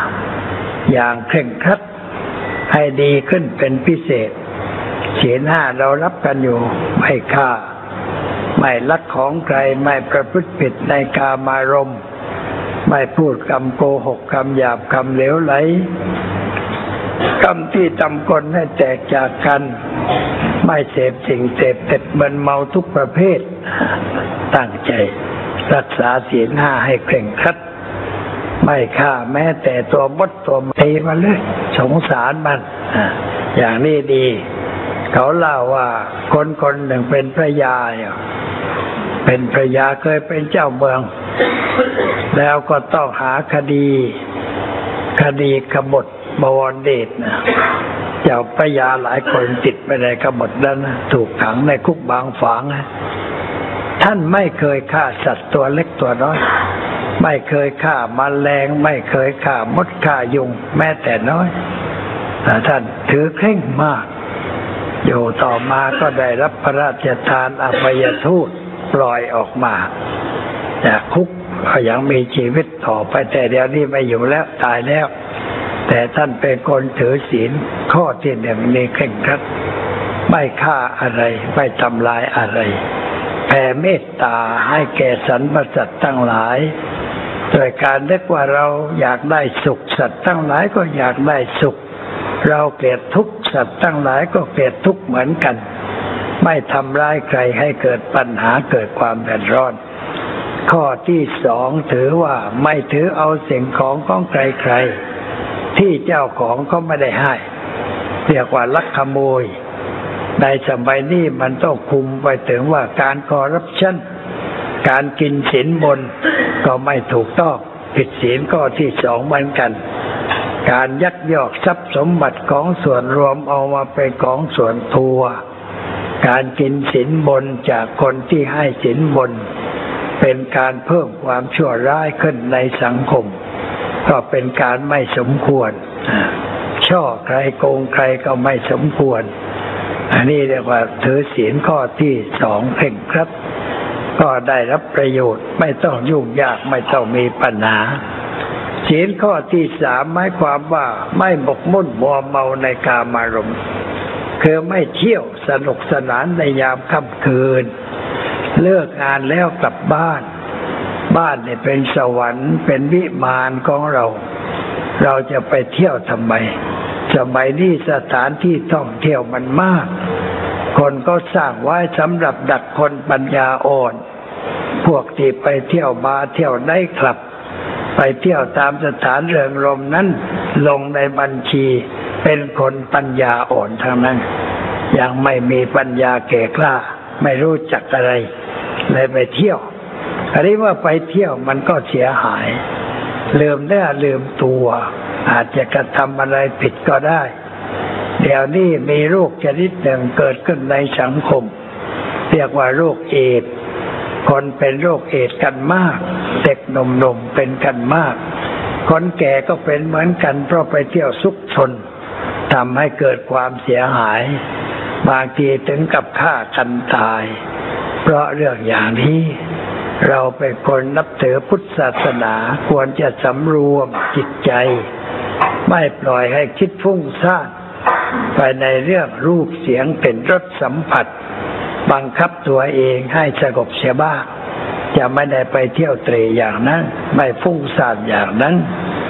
S1: 5อย่างเคร่งครัดให้ดีขึ้นเป็นพิเศษศีล 5เรารับกันอยู่ไม่ฆ่าไม่ลักของใครไม่ประพฤติผิดในกามารมณ์ไม่พูดคำโกหกคำหยาบคำเหลวไหลคำที่ทำคนให้แตกจากกันไม่เสพสิ่งเสพติดมึนเมาทุกประเภทตั้งใจรักษาศีล 5ให้เคร่งครัดไม่ฆ่าแม้แต่ตัวมดตัวตีมันเลยสงสารมันอย่างนี้ดีเขาเล่าว่าคนหนึ่งเป็นพระยาเป็นพระยาเคยเป็นเจ้าเมืองแล้วก็ต้องหาคดีกบฏบวรเดชเจ้าพระยาหลายคนติดไปในกบฏนั้นถูกขังในคุกบางฝางท่านไม่เคยฆ่าสัตว์ตัวเล็กตัวน้อยไม่เคยฆ่าแมลงไม่เคยฆ่ามดฆ่ายุงแม้แต่น้อยแต่ท่านถือเคร่งมากอยู่ต่อมาก็ได้รับพระราชทานอภัยทูตปล่อยออกมาจากคุกก็ยังมีชีวิตต่อไปแต่เดี๋ยวนี้ไม่อยู่แล้วตายแล้วแต่ท่านเป็นคนถือศีลข้อที่หนึ่งนี่เคร่งครัดไม่ฆ่าอะไรไม่ทำลายอะไรแผ่เมตตาให้แก่สรรพสัตว์ทั้งหลายโดยการนึกว่าเราอยากได้สุขสัตว์ทั้งหลายก็อยากได้สุขเราเกลียดทุกข์สัตว์ทั้งหลายก็เกลียดทุกข์เหมือนกันไม่ทำร้ายใครให้เกิดปัญหาเกิดความเดือดร้อนข้อที่สองถือว่าไม่ถือเอาสิ่งของใครๆที่เจ้าของก็ไม่ได้ให้เรียกว่าลักขโมยในสมัยนี้มันต้องคุมไปถึงว่าการคอร์รัปชันการกินสินบนก็ไม่ถูกต้องผิดศีลข้อที่สองเหมือนกันการยักยอกทรัพย์สมบัติของส่วนรวมเอามาเป็นของส่วนตัวการกินสินบนจากคนที่ให้สินบนเป็นการเพิ่มความชั่วร้ายขึ้นในสังคมก็เป็นการไม่สมควรช่อใครโกงใครก็ไม่สมควรอันนี้เรียกว่าถือศีลข้อที่สองเคร่งครัดก็ได้รับประโยชน์ไม่ต้องยุ่งยากไม่ต้องมีปัญหาศีลข้อที่สามหมายความว่าไม่หมกมุ่นมัวเมาในกามารมณ์คือไม่เที่ยวสนุกสนานในยามค่ำคืนเลิกงานแล้วกลับบ้านเนี่ยเป็นสวรรค์เป็นวิมานของเราจะไปเที่ยวทำไมสมัยนี้สถานที่ท่องเที่ยวมันมากคนก็สร้างไว้สำหรับดักคนปัญญาอ่อนพวกที่ไปเที่ยวบาร์เที่ยวไนท์คลับไปเที่ยวตามสถานเริงรมย์นั้นลงในบัญชีเป็นคนปัญญาอ่อนทั้งนั้นยังไม่มีปัญญาแก่กล้าไม่รู้จักอะไรเลยไปเที่ยวอันนี้ว่าไปเที่ยวมันก็เสียหายลืมเนื้อลืมตัวอาจจะกระทำอะไรผิดก็ได้เดี๋ยวนี้มีโรคชนิดหนึ่งเกิดขึ้นในสังคมเรียกว่าโรคเอดส์คนเป็นโรคเอดส์กันมากเด็กหนุ่มๆเป็นกันมากคนแก่ก็เป็นเหมือนกันเพราะไปเที่ยวซุกซนทำให้เกิดความเสียหายบางทีถึงกับฆ่ากันตายเพราะเรื่องอย่างนี้เราเป็นคนนับถือพุทธศาสนาควรจะสำรวมจิตใจไม่ปล่อยให้คิดฟุ้งซ่านไปในเรื่องรูปเสียงเป็นรสสัมผัสบังคับตัวเองให้สงบเสียบ้างจะไม่ได้ไปเที่ยวเตร่อย่างนั้นไม่ฟุ้งซ่านอย่างนั้น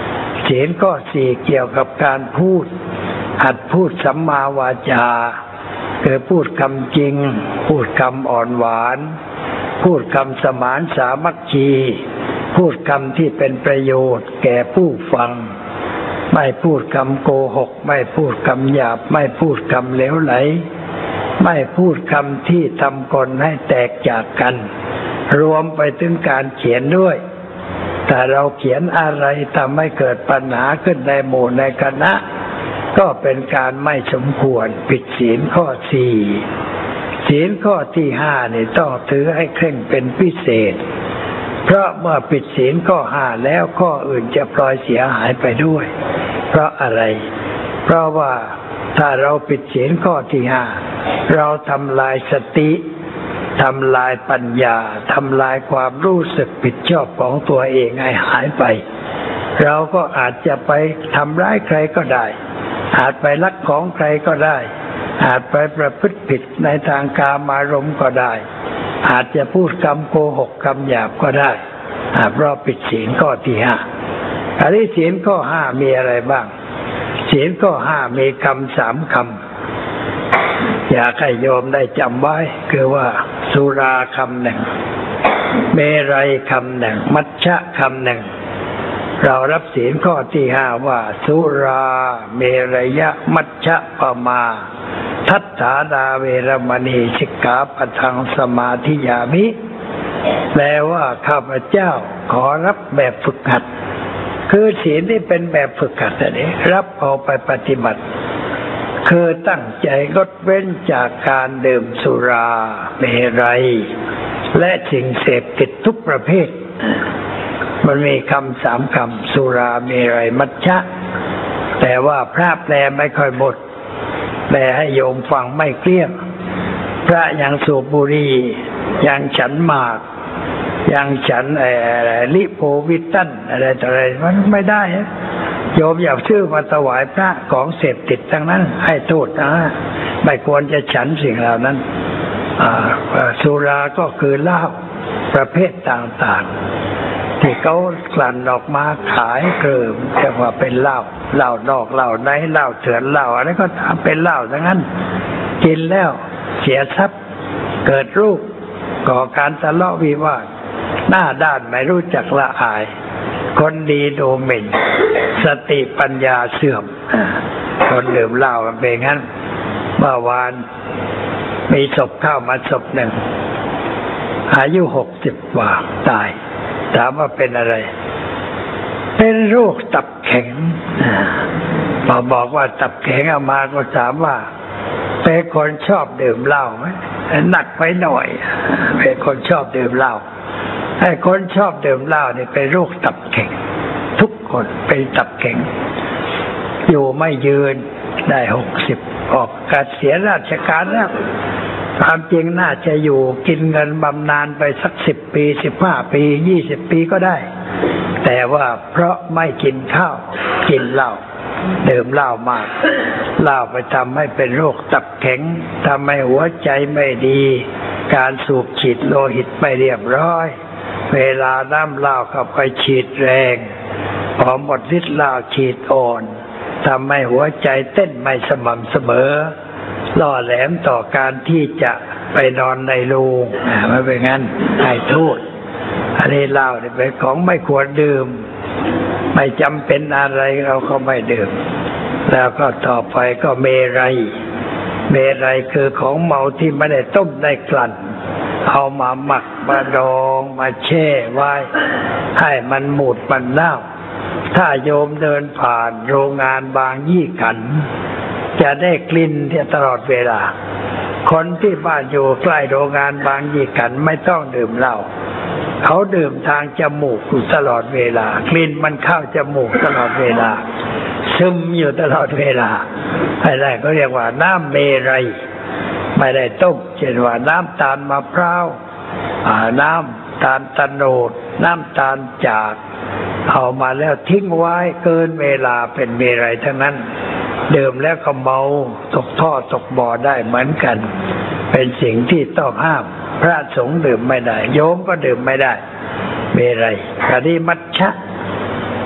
S1: ศีลข้อสี่เกี่ยวกับการพูดหัดพูดสัมมาวาจาคือพูดคำจริงพูดคำอ่อนหวานพูดคำสมานสามัคคีพูดคำที่เป็นประโยชน์แก่ผู้ฟังไม่พูดคำโกหกไม่พูดคำหยาบไม่พูดคำเหลวไหลไม่พูดคำที่ทำคนให้แตกจากกันรวมไปถึงการเขียนด้วยถ้าเราเขียนอะไรทำให้เกิดปัญหาขึ้นในหมู่ในคณะก็เป็นการไม่สมควรผิดศีลข้อสี่ศีลข้อที่ห้านี่ต้องถือให้เคร่งเป็นพิเศษเพราะเมื่อผิดศีลข้อห้าแล้วข้ออื่นจะพลอยเสียหายไปด้วยเพราะอะไรเพราะว่าถ้าเราผิดศีลข้อที่ห้าเราทำลายสติทำลายปัญญาทำลายความรู้สึกผิดชอบของตัวเองให้หายไปเราก็อาจจะไปทำร้ายใครก็ได้อาจไปลักของใครก็ได้อาจไปประพฤติผิดในทางกามารมณ์ก็ได้อาจจะพูดคำโกหกคำหยาบก็ได้เพราะผิดศีลข้อที่ห้าอันนี้ศีลข้อห้ามีอะไรบ้างศีลข้อห้ามีคำสามคำอยากให้โยมได้จำไว้คือว่าสุราคำหนึ่งเมรัยคำหนึ่งมัชฌะคำหนึ่งเรารับศีลข้อที่ห้าว่าสุราเมรยะมัชฌะปมาทัฏฐานาเวรมณีสิกขาปะทังสมาธิยามิแปลว่าข้าพเจ้าขอรับแบบฝึกหัดคือศีลที่เป็นแบบฝึกหัดนี้รับเอาไปปฏิบัติคือตั้งใจงดเว้นจากการดื่มสุราเมรัยและสิ่งเสพติดทุกประเภทมันมีคำสามคำสุราเมรัยมัชฌะแต่ว่าพระแปลไม่ค่อยหมดแปลให้โยมฟังไม่เกลี้ยงพระยังสูบบุหรี่ยังฉันหมากยังฉันลิโพวิตันอะไรต่ออะไรมันไม่ได้โยมอย่าซื้อมาถวายพระของเสพติดทั้งนั้นให้โทษนะไม่ควรจะฉันสิ่งเหล่านั้นสุราก็คือเหล้าประเภทต่างๆที่เขากลั่นออกมาขายเกลิ่มเรียกว่าเป็นเหล้านอกเหล้าในเหล้าเถื่อนเหล้าอะไรก็ทำเป็นเหล้าทั้งนั้นกินแล้วเสียทรัพย์เกิดรูปก่อการทะเลาะวิวาทหน้าด้านไม่รู้จักละอายคนดีดูหมิ่นสติปัญญาเสื่อมคนดื่มเหล้ามันเป็นงั้นเมื่อวานมีศพเข้ามาศพหนึ่งอายุ60 กว่าตายถามว่าเป็นอะไรเป็นโรคตับแข็งพอบอกว่าตับแข็งเอามาก็ถามว่าเป็นคนชอบดื่มเหล้าไหมหนักไปหน่อยเป็นคนชอบดื่มเหล้าไอ้คนชอบดื่มเหล้านี่เป็นโรคตับแข็งทุกคนเป็นตับแข็งอยู่ไม่ยืนได้60ออกเกษียณราชการแล้วความจริงน่าจะอยู่กินเงินบำนาญไปสัก10 ปี15 ปี20 ปีก็ได้แต่ว่าเพราะไม่กินข้าวกินเหล้าดื่มเหล้ามากเหล้าไปทำให้เป็นโรคตับแข็งทำให้หัวใจไม่ดีการสูบฉีดโลหิตไม่เรียบร้อยเวลาน้ำเหล้าเข้าไปฉีดแรงพอหมดฤทธิ์เหล้าฉีดอ่อนทำให้หัวใจเต้นไม่สม่ำเสมอล่อแหลมต่อการที่จะไปนอนในโรงไม่เป็นงั้นให้โทษอันนี้เหล้าเป็นของไม่ควรดื่มไม่จำเป็นอะไรเราก็ไม่ดื่มแล้วก็ต่อไปก็เมรัยคือของเมาที่ไม่ได้ต้มได้กลั่นเอามาหมักมาดองมาแช่ไว้ให้มันหมดมันเน่าถ้าโยมเดินผ่านโรงงานบางยี่ขันจะได้กลิ่นที่ตลอดเวลาคนที่บ้านอยู่ใกล้โรงงานบางยี่ขันไม่ต้องดื่มเหล้าเขาดื่มทางจมูกอยู่ตลอดเวลากลิ่นมันเข้าจมูกตลอดเวลาซึมอยู่ตลอดเวลาอะไรก็เรียกว่าน้ำเมรัยไม่ได้ต้มเช่นว่าน้ำตาลมะพร้าวน้ำตาลตะโนดน้ำตาลจากเอามาแล้วทิ้งไว้เกินเวลาเป็นเมรัยทั้งนั้นดื่มแล้วก็เมาตกท่อตกบ่อได้เหมือนกันเป็นสิ่งที่ต้องห้ามพระสงฆ์ดื่มไม่ได้โยมก็ดื่มไม่ได้เมรัยอันนี้มัชฌะ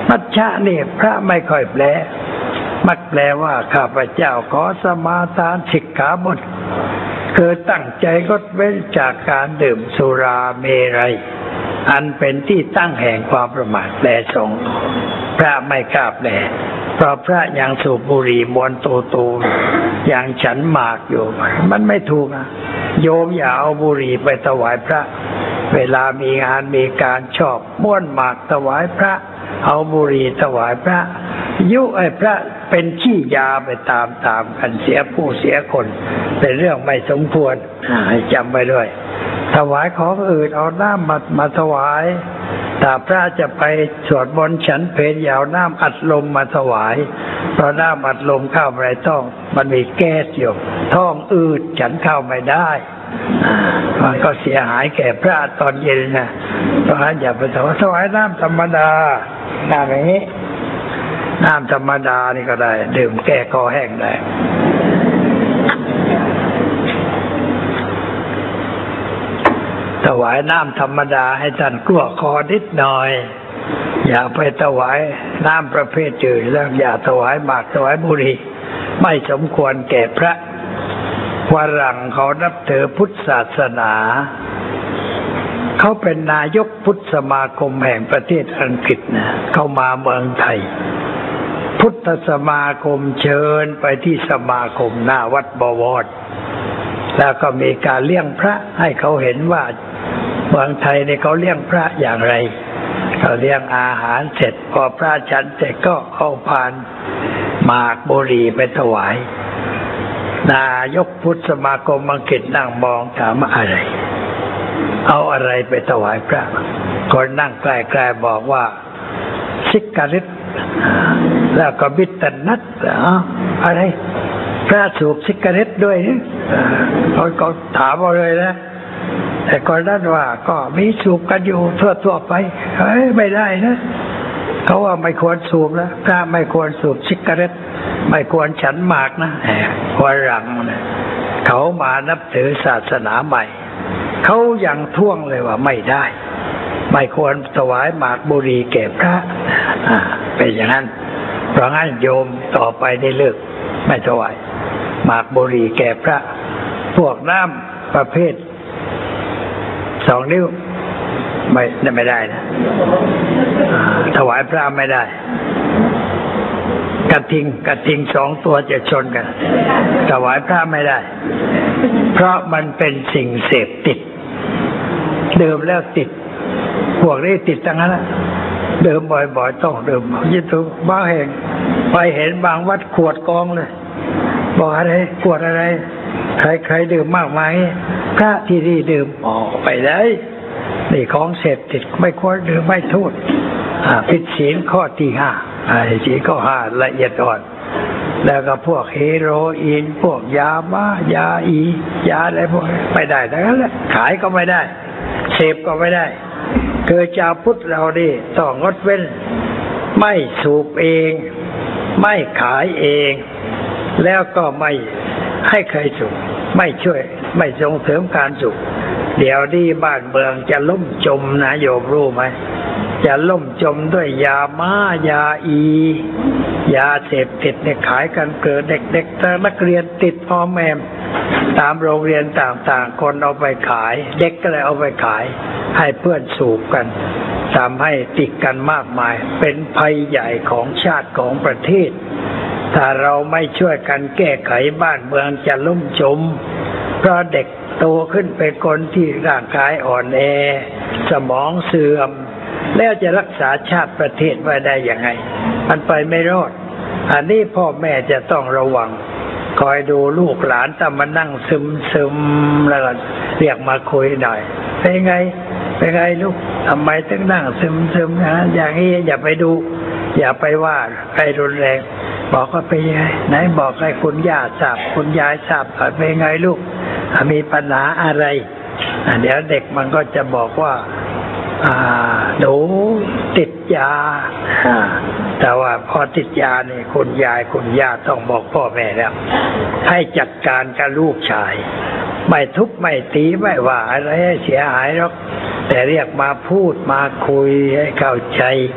S1: มัชฌะนี่พระไม่ค่อยแปลมักแปลว่าข้าพเจ้าขอสมาทานสิกขาบทคือตั้งใจงดเว้นจากการดื่มสุราเมรัยอันเป็นที่ตั้งแห่งความประมาทแปลสงฆ์พระไม่กล้าแปลเพราะพระยังสูบบุหรี่มวนโตๆยังฉันหมากอยู่มันไม่ถูกนะโยมอย่าเอาบุหรี่ไปถวายพระเวลามีงานมีการชอบม้วนหมากถวายพระเอาบุหรี่ถวายพระยุไอ้พระเป็นขี้ยาไปตามกันเสียผู้เสียคนเป็นเรื่องไม่สมควรให้จำไว้ด้วยถวายของอื่นเอาน้ำมาถวายถ้าพระจะไปสวดมนต์ฉันเพลอย่าเอาน้ำอัดลมมาถวายเพราะน้ำอัดลมเข้าไปท้องมันมีแก๊สอยู่ท้องอืดฉันเข้าไม่ได้มันก็เสียหายแก่พระตอนเย็นนะเพราะฉะนั้นอย่าไปถวายน้ำธรรมดาน้ำอย่างนี้น้ำธรรมดานี่ก็ได้ดื่มแก้คอแห้งได้ถวายน้ำธรรมดาให้ท่านกลั้วคอนิดหน่อยอย่าไปถวายน้ำประเภทจืดแล้วอย่าถวายหมากถวายบุหรี่ไม่สมควรแก่พระฝรั่งเขานับถือพุทธศาสนาเขาเป็นนายกพุทธสมาคมแห่งประเทศอังกฤษนะเขามาเมืองไทยพุทธสมาคมเชิญไปที่สมาคมหน้าวัดบวรแล้วก็มีการเลี้ยงพระให้เขาเห็นว่าเมืองไทยเนี่ยเขาเลี้ยงพระอย่างไรเขาเลี้ยงอาหารเสร็จพอพระฉันเสร็จก็เอาพานหมากบุหรี่ไปถวายนายกพุทธสมาคมอังกฤษนั่งมองถามอะไรเอาอะไรไปถวายพระคนนั่งใกล้ๆบอกว่าซิกาเรตแล้วก็บิตเตอร์นัทอะไรพระสูบซิกาเรตด้วยเขาถามมาเลยนะแต่ก่อนนั้นว่าก็มีสูบกันอยู่ทั่วไปไม่ได้นะเขาว่าไม่ควรสูบนะพระไม่ควรสูบซิกาเรตไม่ควรฉันหมากนะวันหลังเขามานับถือศาสนาใหม่เขายังท่วงเลยว่าไม่ได้ไม่ควรถวายหมากบุหรี่แก่พระเป็นอย่างนั้นเพราะงั้นโยมต่อไปได้เลิกไม่ถวายหมากบุหรี่แก่พระพวกน้ำประเภท2 นิ้วไม่ได้นะถวายพระไม่ได้กระทิง2 ตัวจะชนกันถวายพระไม่ได้เพราะมันเป็นสิ่งเสพติดดื่มแล้วติดพวกนี้ติดทั้งนั้นดื่มบ่อยๆต้องดื่มยิ่งถูกบ้าแห่งไปเห็นบางวัดขวดกองเลยบอกอะไรขวดอะไรใครดื่มมากมายพระที่นี่ดื่มไปได้นี่ของเสพติดไม่ควรดื่มไม่โทษผิดศีลข้อที่5ศีลข้อ5ละเอียดอ่อนแล้วก็พวกเฮโรอีนพวกยาบ้ายาอียาอะไรพวกไม่ได้ทั้งนั้นแหละขายก็ไม่ได้เสพก็ไม่ได้คือชาวพุทธเราดิต้องงดเว้นไม่สูบเองไม่ขายเองแล้วก็ไม่ให้ใครสูบไม่ช่วยไม่ส่งเสริมการสูบเดี๋ยวนี้บ้านเมืองจะล่มจมนะโยมรู้ไหมจะล่มจมด้วยยาม้ายาอียาเสพติดเนี่ยขายกันเกิดเด็กๆนักเรียนติดพ่อแม่ตามโรงเรียนต่างๆคนเอาไปขายเด็กก็เลยเอาไปขายให้เพื่อนสูบกันทำให้ติดกันมากมายเป็นภัยใหญ่ของชาติของประเทศถ้าเราไม่ช่วยกันแก้ไขบ้านเมืองจะล่มจมเพราะเด็กโตขึ้นเป็นคนที่ร่างกายอ่อนแอสมองเสื่อมแล้วจะรักษาชาติประเทศไว้ได้ยังไงมันไปไม่รอดอันนี้พ่อแม่จะต้องระวังคอยดูลูกหลานถ้ามานั่งซึมแล้วเรียกมาคุยหน่อยเป็นไงลูกทำไมถึงนั่งซึมนะอย่างนี้อย่าไปดูอย่าไปว่าใครรุนแรงบอกว่าเป็นยังไงไหนบอกให้คุณย่าทราบคุณยายทราบเป็นไงลูกมีปัญหาอะไรเดี๋ยวเด็กมันก็จะบอกว่าหนูติดยาแต่ว่าพอติดยานี่คุณยายคุณย่าต้องบอกพ่อแม่แล้วให้จัดการกับลูกชายไม่ทุบไม่ตีไม่ว่าอะไรให้เสียหายหรอกแต่เรียกมาพูดมาคุยให้เข้าใจ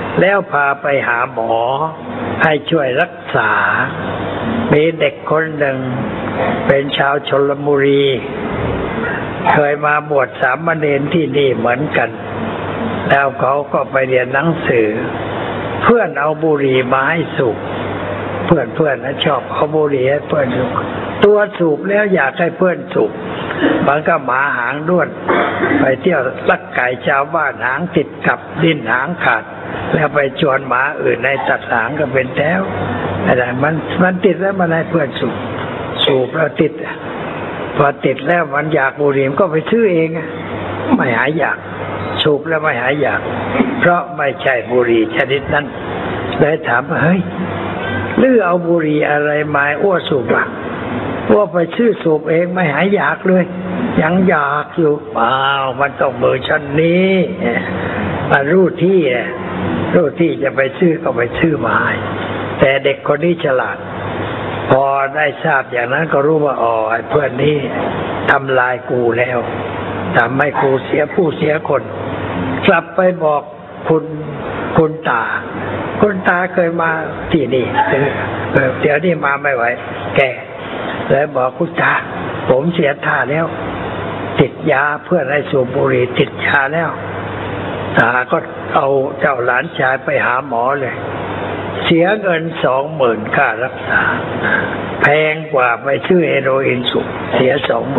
S1: แล้วพาไปหาหมอให้ช่วยรักษามีเด็กคนหนึ่งเป็นชาวชลบุรีเคยมาบวชสามเณรที่นี่เหมือนกันแล้วเขาก็ไปเรียนหนังสือเพื่อนเอาบุหรี่มาให้สูบเพื่อนนะชอบเอาบุหรี่ให้เพื่อนสูบตัวสูบแล้วอยากให้เพื่อนสูบมันก็หมาหางด้วนไปเที่ยวลักไก่ชาวบ้านหางติดกับดิ้นหางขาดแล้วไปชวนหมาอื่นในตัดหางก็เป็นแถวอะไรมันติดแล้วมันให้เพื่อนสูบแล้วติดพอติดแล้วมันอยากบุหรี่ก็ไปซื้อเองไม่หายอยากสูบแล้วไม่หายอยากเพราะไม่ใช่บุหรี่ชนิดนั้นเลยถามว่าเฮ้ยหรือเอาบุหรี่อะไรมาอ้วสูบอ่ะว่าไปซื้อสูบเองไม่หายอยากเลยยังอยากอยู่เปล่ามันต้องเบอร์ชั้นนี้มารู้ที่จะไปซื้อก็ไปซื้อมาให้แต่เด็กคนนี้ฉลาดพอได้ทราบอย่างนั้นก็รู้ว่าอ๋อไอ้เพื่อนนี้ทำลายกูแล้วทำให้กูเสียผู้เสียคนกลับไปบอกคุณตาเคยมาที่นี่เดี๋ยวนี้มาไม่ไหวแกเลยบอกคุณตาผมเสียท่าแล้วติดยาเพื่อนให้สูบบุหรี่ติดยาแล้วตาก็เอาเจ้าหลานชายไปหาหมอเลยเสียเงิน20,000ค่ารักษาแพงกว่าไปซื้อเฮโรอีนสูบเสีย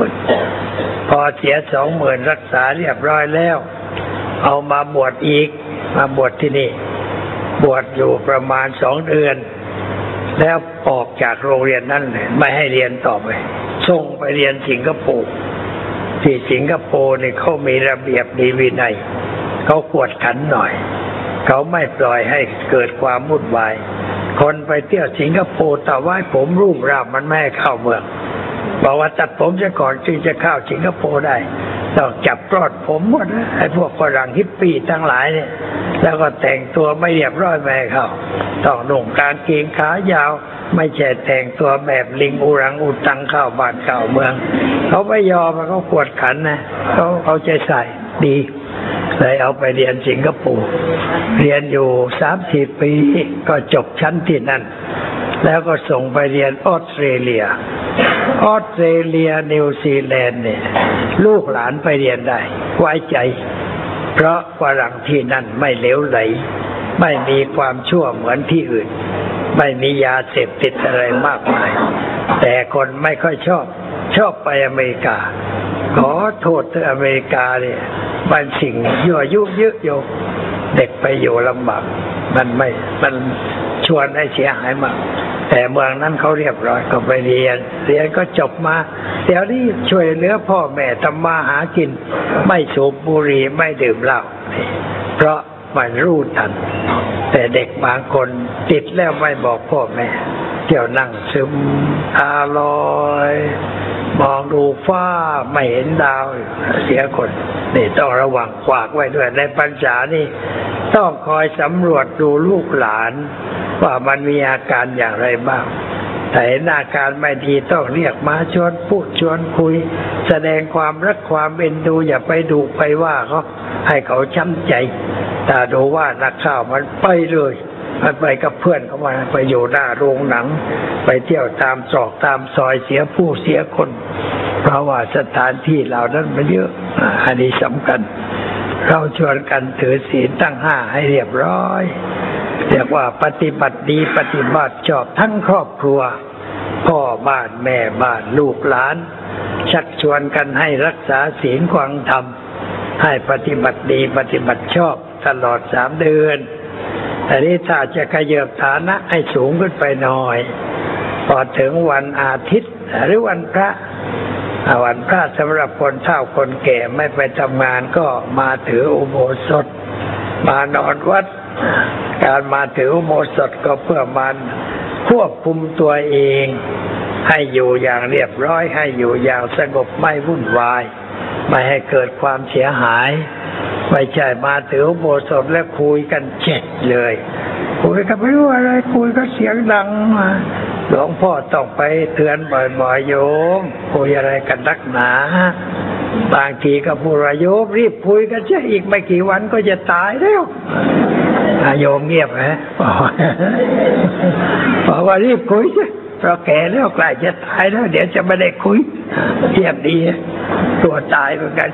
S1: 20,000พอเสีย20,000รักษาเรียบร้อยแล้วเอามาบวชอีกมาบวชที่นี่บวชอยู่ประมาณ2 เดือนแล้วออกจากโรงเรียนนั้นเลยไม่ให้เรียนต่อไปส่งไปเรียนสิงคโปร์ที่สิงคโปร์นี่เขามีระเบียบมีวินัยเขากวดขันหน่อยเขาไม่ปล่อยให้เกิดความวุ่นวายคนไปเที่ยวสิงคโปร์แต่ว่าผมรุ่งรามมันไม่ให้เข้าเมืองบอกว่าตัดผมซะก่อนจึงจะเข้าสิงคโปร์ได้ต้องจับปลอดผมหมดนะไอ้พวกฝรั่งฮิปปี้ทั้งหลายเนี่ยแล้วก็แต่งตัวไม่เรียบร้อยไม่ให้เข้าต้องนุ่งกางเกงขายาวไม่ใช่แต่งตัวแบบลิงอุรังอุตังเข้าบ้านเข้าเมืองเขาไม่ยอมเขากวดขันนะเขาใจใส่ดีเลยเอาไปเรียนสิงคโปร์เรียนอยู่3-4 ปีก็จบชั้นที่นั่นแล้วก็ส่งไปเรียนออสเตรเลียนิวซีแลนด์เนี่ยลูกหลานไปเรียนได้ไว้ใจเพราะฝรั่งที่นั่นไม่เหลวไหลไม่มีความชั่วเหมือนที่อื่นไม่มียาเสพติดอะไรมากมายแต่คนไม่ค่อยชอบไปอเมริกาขอโทษที่อเมริกาเนี่ยมันสิ่งยั่วยุเยอะโยเด็กไปอยู่ลำบากมันชวนให้เสียหายมากแต่เมืองนั้นเขาเรียบร้อยก็ไปเรียนก็จบมาเดี๋ยวนี้ช่วยเหลือพ่อแม่ทำมาหากินไม่สูบบุหรี่ไม่ดื่มเหล้าเพราะมันรู้ทันแต่เด็กบางคนติดแล้วไม่บอกพ่อแม่เที่ยวนั่งซึมตาลอยมองดูฟ้าไม่เห็นดาวเสียคนนี่ต้องระวังฝากไว้ด้วยในพรรษานี่ต้องคอยสำรวจดูลูกหลานว่ามันมีอาการอย่างไรบ้างแต่เห็นอาการไม่ดีต้องเรียกมาชวนพูดชวนคุยแสดงความรักความเอ็นดูอย่าไปดุไปว่าเขาให้เขาช้ำใจแต่ดูว่านักข่าวมันไปเลยมันไปกับเพื่อนเขามาไปอยู่หน้าโรงหนังไปเที่ยวตามตรอกตามซอยเสียผู้เสียคนเพราะว่าสถานที่เหล่านั้นมันเยอะอันนี้สำคัญเราชวนกันถือศีลตั้ง5ให้เรียบร้อยเรียกว่าปฏิบัติดีปฏิบัติชอบทั้งครอบครัวพ่อบ้านแม่บ้านลูกหลานชักชวนกันให้รักษาศีลฟังธรรมให้ปฏิบัติดีปฏิบัติชอบตลอด3 เดือนแต่นี้ถ้าจะขยับฐานะให้สูงขึ้นไปหน่อยพอถึงวันอาทิตย์หรือวันพระสำหรับคนเฒ่าคนแก่ไม่ไปทำงานก็มาถืออุโบสถมานอนวัดการมาถืออุโบสถก็เพื่อมันควบคุมตัวเองให้อยู่อย่างเรียบร้อยให้อยู่อย่างสงบไม่วุ่นวายไม่ให้เกิดความเสียหายไม่ใช่มาถืออุโบสถแล้วคุยกันเจ็ดเลยคุยกันไม่รู้อะไรคุยก็เสียงดังหลวงพ่อต้องไปเตือนบ่อยๆโยมคุยอะไรกันนักหนาบางทีก็พูดว่าโยมรีบคุยกันเสียอีกไม่กี่วันก็จะตายแล้วโยมเงียบนะบอกว่ารีบคุยสิเพราะแก่แล้วใกล้จะตายแล้วเดี๋ยวจะไม่ได้คุยเทียบดีตัวตายเหมือนกัน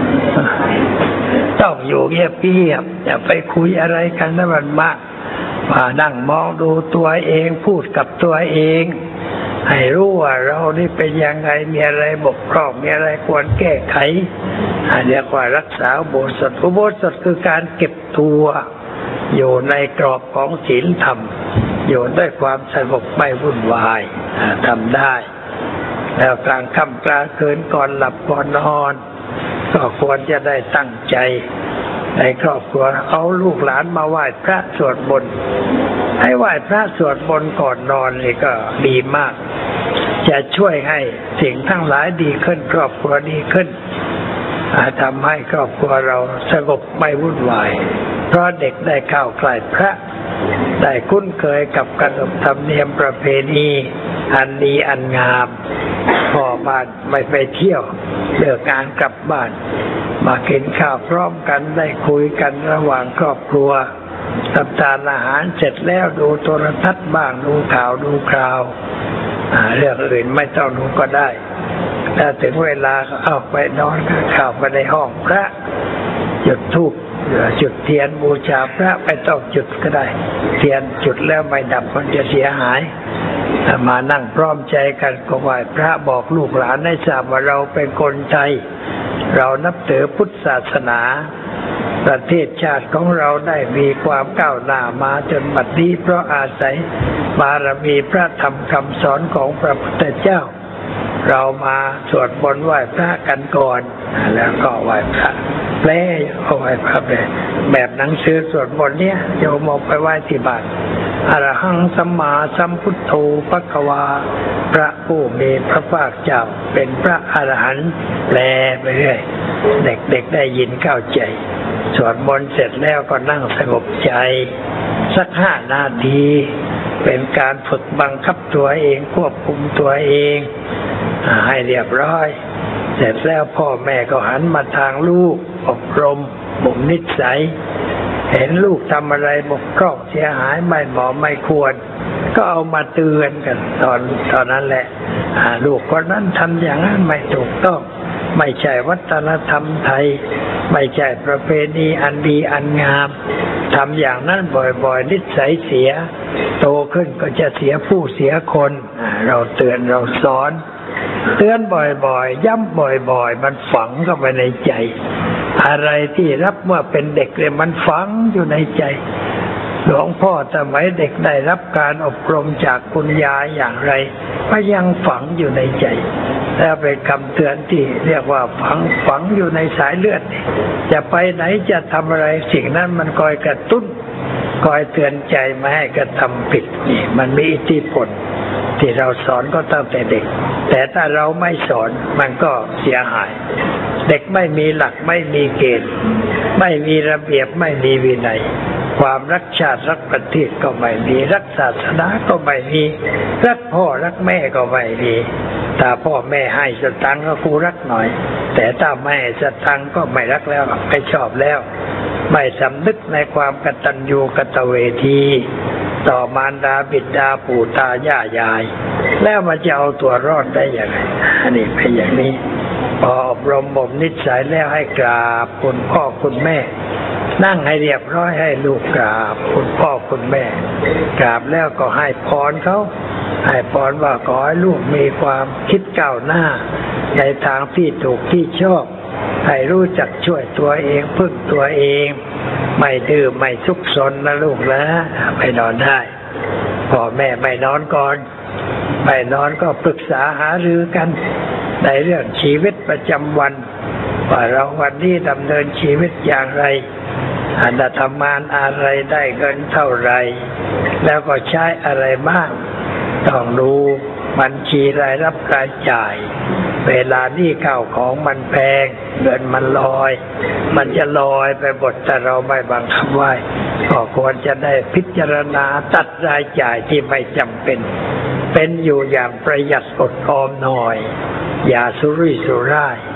S1: ต้องอยู่เงียบอย่าไปคุยอะไรกันนะมันมากมานั่งมองดูตัวเองพูดกับตัวเองให้รู้ว่าเรานี่เป็นยังไงมีอะไรบกพร่องมีอะไรควรแก้ไขเรียกว่ารักษาอุโบสถอุโบสถคือการเก็บตัวอยู่ในกรอบของศีลธรรมอยู่ด้วยความสงบไม่วุ่นวายทำได้แล้วกลางค่ำกลางคืนก่อนหลับก่อนนอนก็ควรจะได้ตั้งใจในครอบครัวเอาลูกหลานมาไหว้พระสวดมนต์ให้ไหว้พระสวดมนต์ก่อนนอนนี่ก็ดีมากจะช่วยให้สิ่งทั้งหลายดีขึ้นครอบครัวดีขึ้นทำให้ครอบครัวเราสงบไม่วุ่นวายเพราะเด็กได้เข้าใกล้พระได้คุ้นเคยกับขนบธรรมเนียมประเพณีอันดีอันงามพ่อบ้านไม่ไปเที่ยวเลิกงานกลับบ้านมากินข้าวพร้อมกันได้คุยกันระหว่างครอบครัวรับประทานอาหารเสร็จแล้วดูโทรทัศน์บ้างดูข่าวดูคราวเรื่องอื่นไม่ต้องดูก็ได้ถ้าถึงเวลาก็เอาไปนอนก็เข้าไปในห้องพระจุดธูปจุดเทียนบูชาพระไม่ต้องจุดก็ได้เทียนจุดแล้วไม่ดับมันจะเสียหายมานั่งพร้อมใจกันก็ไหว้พระบอกลูกหลานให้ทราบว่าเราเป็นคนไทยเรานับถือพุทธศาสนาประเทศชาติของเราได้มีความก้าวหน้ามาจนบัดนี้เพราะอาศัยบารมีพระธรรมคำสอนของพระพุทธเจ้าเรามาสวดมนต์ไหว้พระกันก่อนแล้วก็ไหว้พระแปลไหว้พระแบบหนังสือสวดมนต์เนี่ยโยมเอาไปไหว้ที่บ้านอรหังสัมมาสัมพุทโธภควาพระผู้มีพระภาคเจ้าเป็นพระอรหันต์แปลไปเรื่อยเด็กๆได้ยินเข้าใจสวดมนต์เสร็จแล้วก็นั่งสงบใจสัก5 นาทีเป็นการฝึกบังคับตัวเองควบคุมตัวเองให้เรียบร้อยเสร็จแล้วพ่อแม่ก็หันมาทางลูกอบรมบ่มนิสัยเห็นลูกทำอะไรบกพร่องเสียหายไม่เหมาะไม่ควรก็เอามาเตือนกันตอนนั้นแหละลูกคนนั้นทำอย่างนั้นไม่ถูกต้องไม่ใช่วัฒนธรรมไทยไม่ใช่ประเพณีอันดีอันงามทำอย่างนั้นบ่อยๆนิสัยเสียโตขึ้นก็จะเสียผู้เสียคนเราเตือนเราสอนเตือนบ่อยๆย้ำบ่อยๆมันฝังเข้าไปในใจอะไรที่รับเมื่อเป็นเด็กเลยมันฝังอยู่ในใจหลวงพ่อสมัยเด็กได้รับการอบรมจากคุณยายอย่างไรก็ยังฝังอยู่ในใจแล้วเป็นคำเตือนที่เรียกว่าฝังอยู่ในสายเลือดจะไปไหนจะทำอะไรสิ่งนั้นมันคอยกระตุ้นคอยเตือนใจไม่ให้กระทำผิดนี่มันมีอิทธิพลที่เราสอนก็ตั้งแต่เด็กแต่ถ้าเราไม่สอนมันก็เสียหายเด็กไม่มีหลักไม่มีเกณฑ์ไม่มีระเบียบไม่มีวินัยความรักชาติรักประเทศก็ไม่มีรักศาสนาก็ไม่มีรักพ่อรักแม่ก็ไม่มีถ้าพ่อแม่ให้สตังค์ก็ครูรักหน่อยแต่ถ้าไม่ให้สตังค์ก็ไม่รักแล้วไม่ชอบแล้วไม่สำนึกในความกตัญญูกตเวทีต่อมารดาบิดาปู่ตายายายแล้วมันจะเอาตัวรอดได้อย่างไรอันนี้เป็นอย่างนี้พออบรมบ่มนิสัยแล้วให้กราบคุณพ่อคุณแม่นั่งให้เรียบร้อยให้ลูกกราบคุณพ่อคุณแม่กราบแล้วก็ให้พรเขาให้พรว่าขอให้ลูกมีความคิดก้าวหน้าในทางที่ถูกที่ชอบให้รู้จักช่วยตัวเองพึ่งตัวเองไม่ดื้อไม่ซุกซนนะลูกนะไปนอนได้พ่อแม่ไม่นอนก่อนไม่นอนก็ปรึกษาหารือกันในเรื่องชีวิตประจำวันว่าเราวันนี้ดำเนินชีวิตอย่างไรทำงานอะไรได้เงินเท่าไรแล้วก็ใช้อะไรบ้างต้องดูบัญชีรายรับรายจ่ายเวลานี่ข้าวของมันแพงเงินมันลอยมันจะลอยไปหมดแต่เราไม่บังคับไว้ก็ควรจะได้พิจารณาตัดรายจ่ายที่ไม่จำเป็นอยู่อย่างประหยัดอดออมหน่อยอย่าสุรุ่ยสุร่าย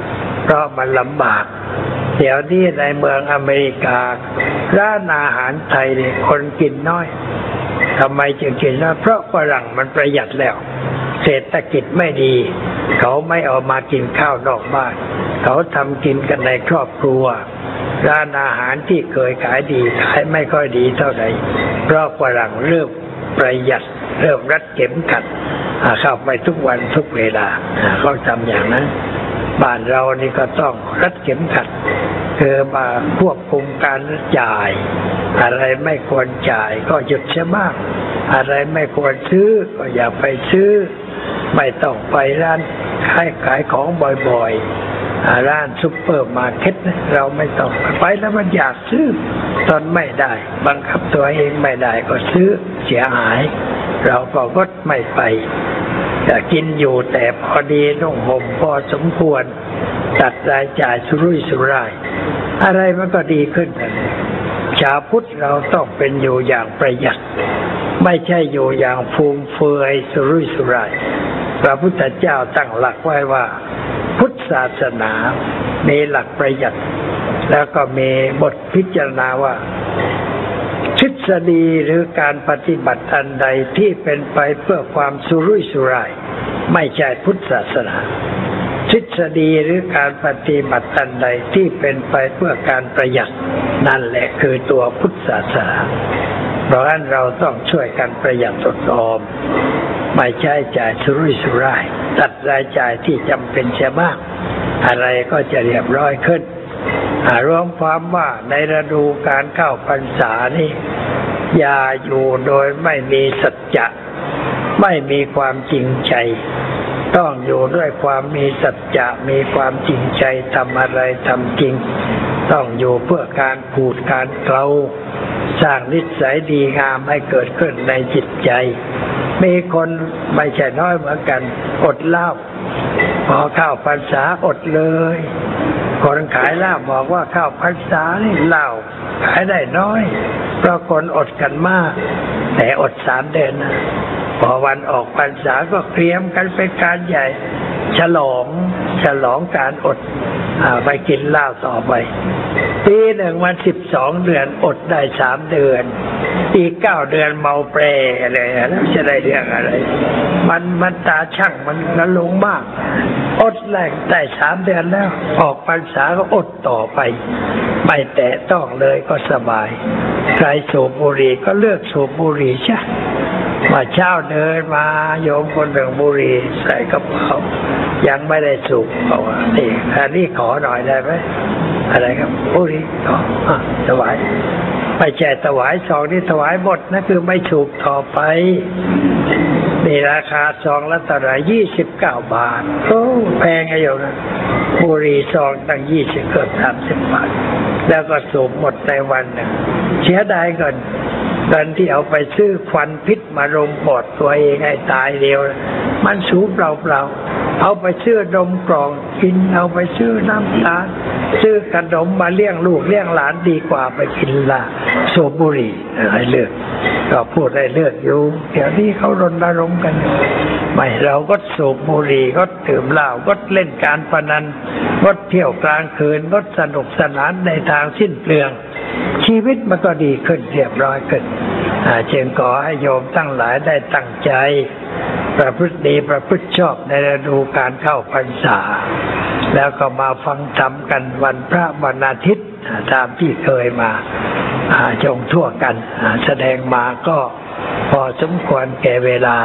S1: เพราะมันลำบากเดี๋ยวนี้ในเมืองอเมริการ้านอาหารไทยเนี่ยคนกินน้อยทำไมจึงกินน้อยเพราะฝรั่งมันประหยัดแล้วเศรษฐกิจไม่ดีเขาไม่เอามากินข้าวนอกบ้านเขาทำกินกันในครอบครัวร้านอาหารที่เคยขายดีขายไม่ค่อยดีเท่าไหร่เพราะฝรั่งเริ่มประหยัดเริ่มรัดเข็มขัดเข้าไปทุกวันทุกเวลาเขาทำอย่างนั้นบ้านเรานี่ก็ต้องรัดเข็มขัดคือมาควบคุมการจ่ายอะไรไม่ควรจ่ายก็หยุดเสียบ้างอะไรไม่ควรซื้อก็อย่าไปซื้อไม่ต้องไปร้านขายของบ่อยๆร้านซุปเปอร์มาร์เก็ตเราไม่ต้องไปแล้วมันอยากซื้อตอนไม่ได้บังคับตัวเองไม่ได้ก็ซื้อเสียหายเราก็งดไม่ไปจะกินอยู่แต่พอดีนุ่งห่มพอสมควรตัดรายจ่ายสุรุ่ยสุร่ายอะไรมันก็ดีขึ้นชาวพุทธเราต้องเป็นอยู่อย่างประหยัดไม่ใช่อยู่อย่างฟุ่มเฟือยสุรุ่ยสุร่ายพระพุทธเจ้าตั้งหลักไว้ว่าพุทธศาสนามีหลักประหยัดแล้วก็มีบทพิจารณาว่าทฤษฎีหรือการปฏิบัติอันใดที่เป็นไปเพื่อความสุรุ่ยสุร่ายไม่ใช่พุทธศาสนาทฤษฎีหรือการปฏิบัติอันใดที่เป็นไปเพื่อการประหยัดนั่นแหละคือตัวพุทธศาสนาเพราะฉะนั้นเราต้องช่วยกันประหยัดอดออมไม่ใช้จ่ายสุรุ่ยสุร่ายตัดรายจ่ายที่จำเป็นเสียบ้างอะไรก็จะเรียบร้อยขึ้นรวมความว่าในฤดูการเข้าพรรษานี่อย่าอยู่โดยไม่มีสัจจะไม่มีความจริงใจต้องอยู่ด้วยความมีสัจจะมีความจริงใจทำอะไรทำจริงต้องอยู่เพื่อการพูดการเกลาสร้างนิสัยดีงามให้เกิดขึ้นในจิตใจมีคนไม่ใช่น้อยเหมือนกันอดเหล้าพอเข้าพรรษาอดเลยคนขายเหล้าบอกว่าเข้าพรรษานี่เหล้าขายได้น้อยเพราะคนอดกันมากแต่อด3 เดือนนะพอวันออกพรรษาก็เตรียมกันเป็นการใหญ่ฉลองการอดไปกินเหล้าต่อไปปีหนึ่งวัน12 เดือนอดได้3 เดือนอีก9 เดือนเมาเปรอะไรแล้วจะได้เรื่องอะไรมันตาช่างมันละลงมากอดแรกได้3 เดือนแล้วออกพรรษาก็อดต่อไปไม่แตะต้องเลยก็สบายใครสูบบุหรี่ก็เลิกสูบบุหรี่ใช่มาเช้าเดินมาโยมคนหนึ่งบุหรี่ใส่กระเป๋ายังไม่ได้สูบบอกว่านี่อันนี้ขอหน่อยได้ไหมอะไรครับบุหรี่ขอถวายไม่ใช่ถวายซองนี่ถวายหมดนะคือไม่สูบต่อไปนี่ราคาซองละเท่าไหร่29 บาทโอ้แพงไงโยมนะบุหรี่ซองตั้ง20เกือบ30 บาทแล้วก็สูบหมดในวันหนึ่งเสียดายเงินที่เอาไปซื้อควันพิษมาลงปอดตัวเองให้ตายเดียวมันสูบเปล่าๆเอาไปซื้อดมกล่องกินเอาไปซื้อน้ำตาลซื้อขนมมาเลี้ยงลูกเลี้ยงหลานดีกว่าไปกินสูบบุหรี่ให้เลิกก็พูดให้เลิกอยู่เดี๋ยวนี้เขารณรงค์กันไม่เราก็สูบบุหรี่ก็ดื่มเหล้าก็เล่นการพนันก็เที่ยวกลางคืนก็สนุกสนานในทางสิ้นเปลืองชีวิตมันก็ดีขึ้นเรียบร้อยขึ้นจึงขอให้โยมทั้งหลายได้ตั้งใจประพฤติดีประพฤติชอบในฤดูการเข้าพรรษาแล้วก็มาฟังธรรมกันวันพระวันอาทิตย์ตามที่เคยมาจงทั่วกันแสดงมาก็พอสมควรแก่เวลา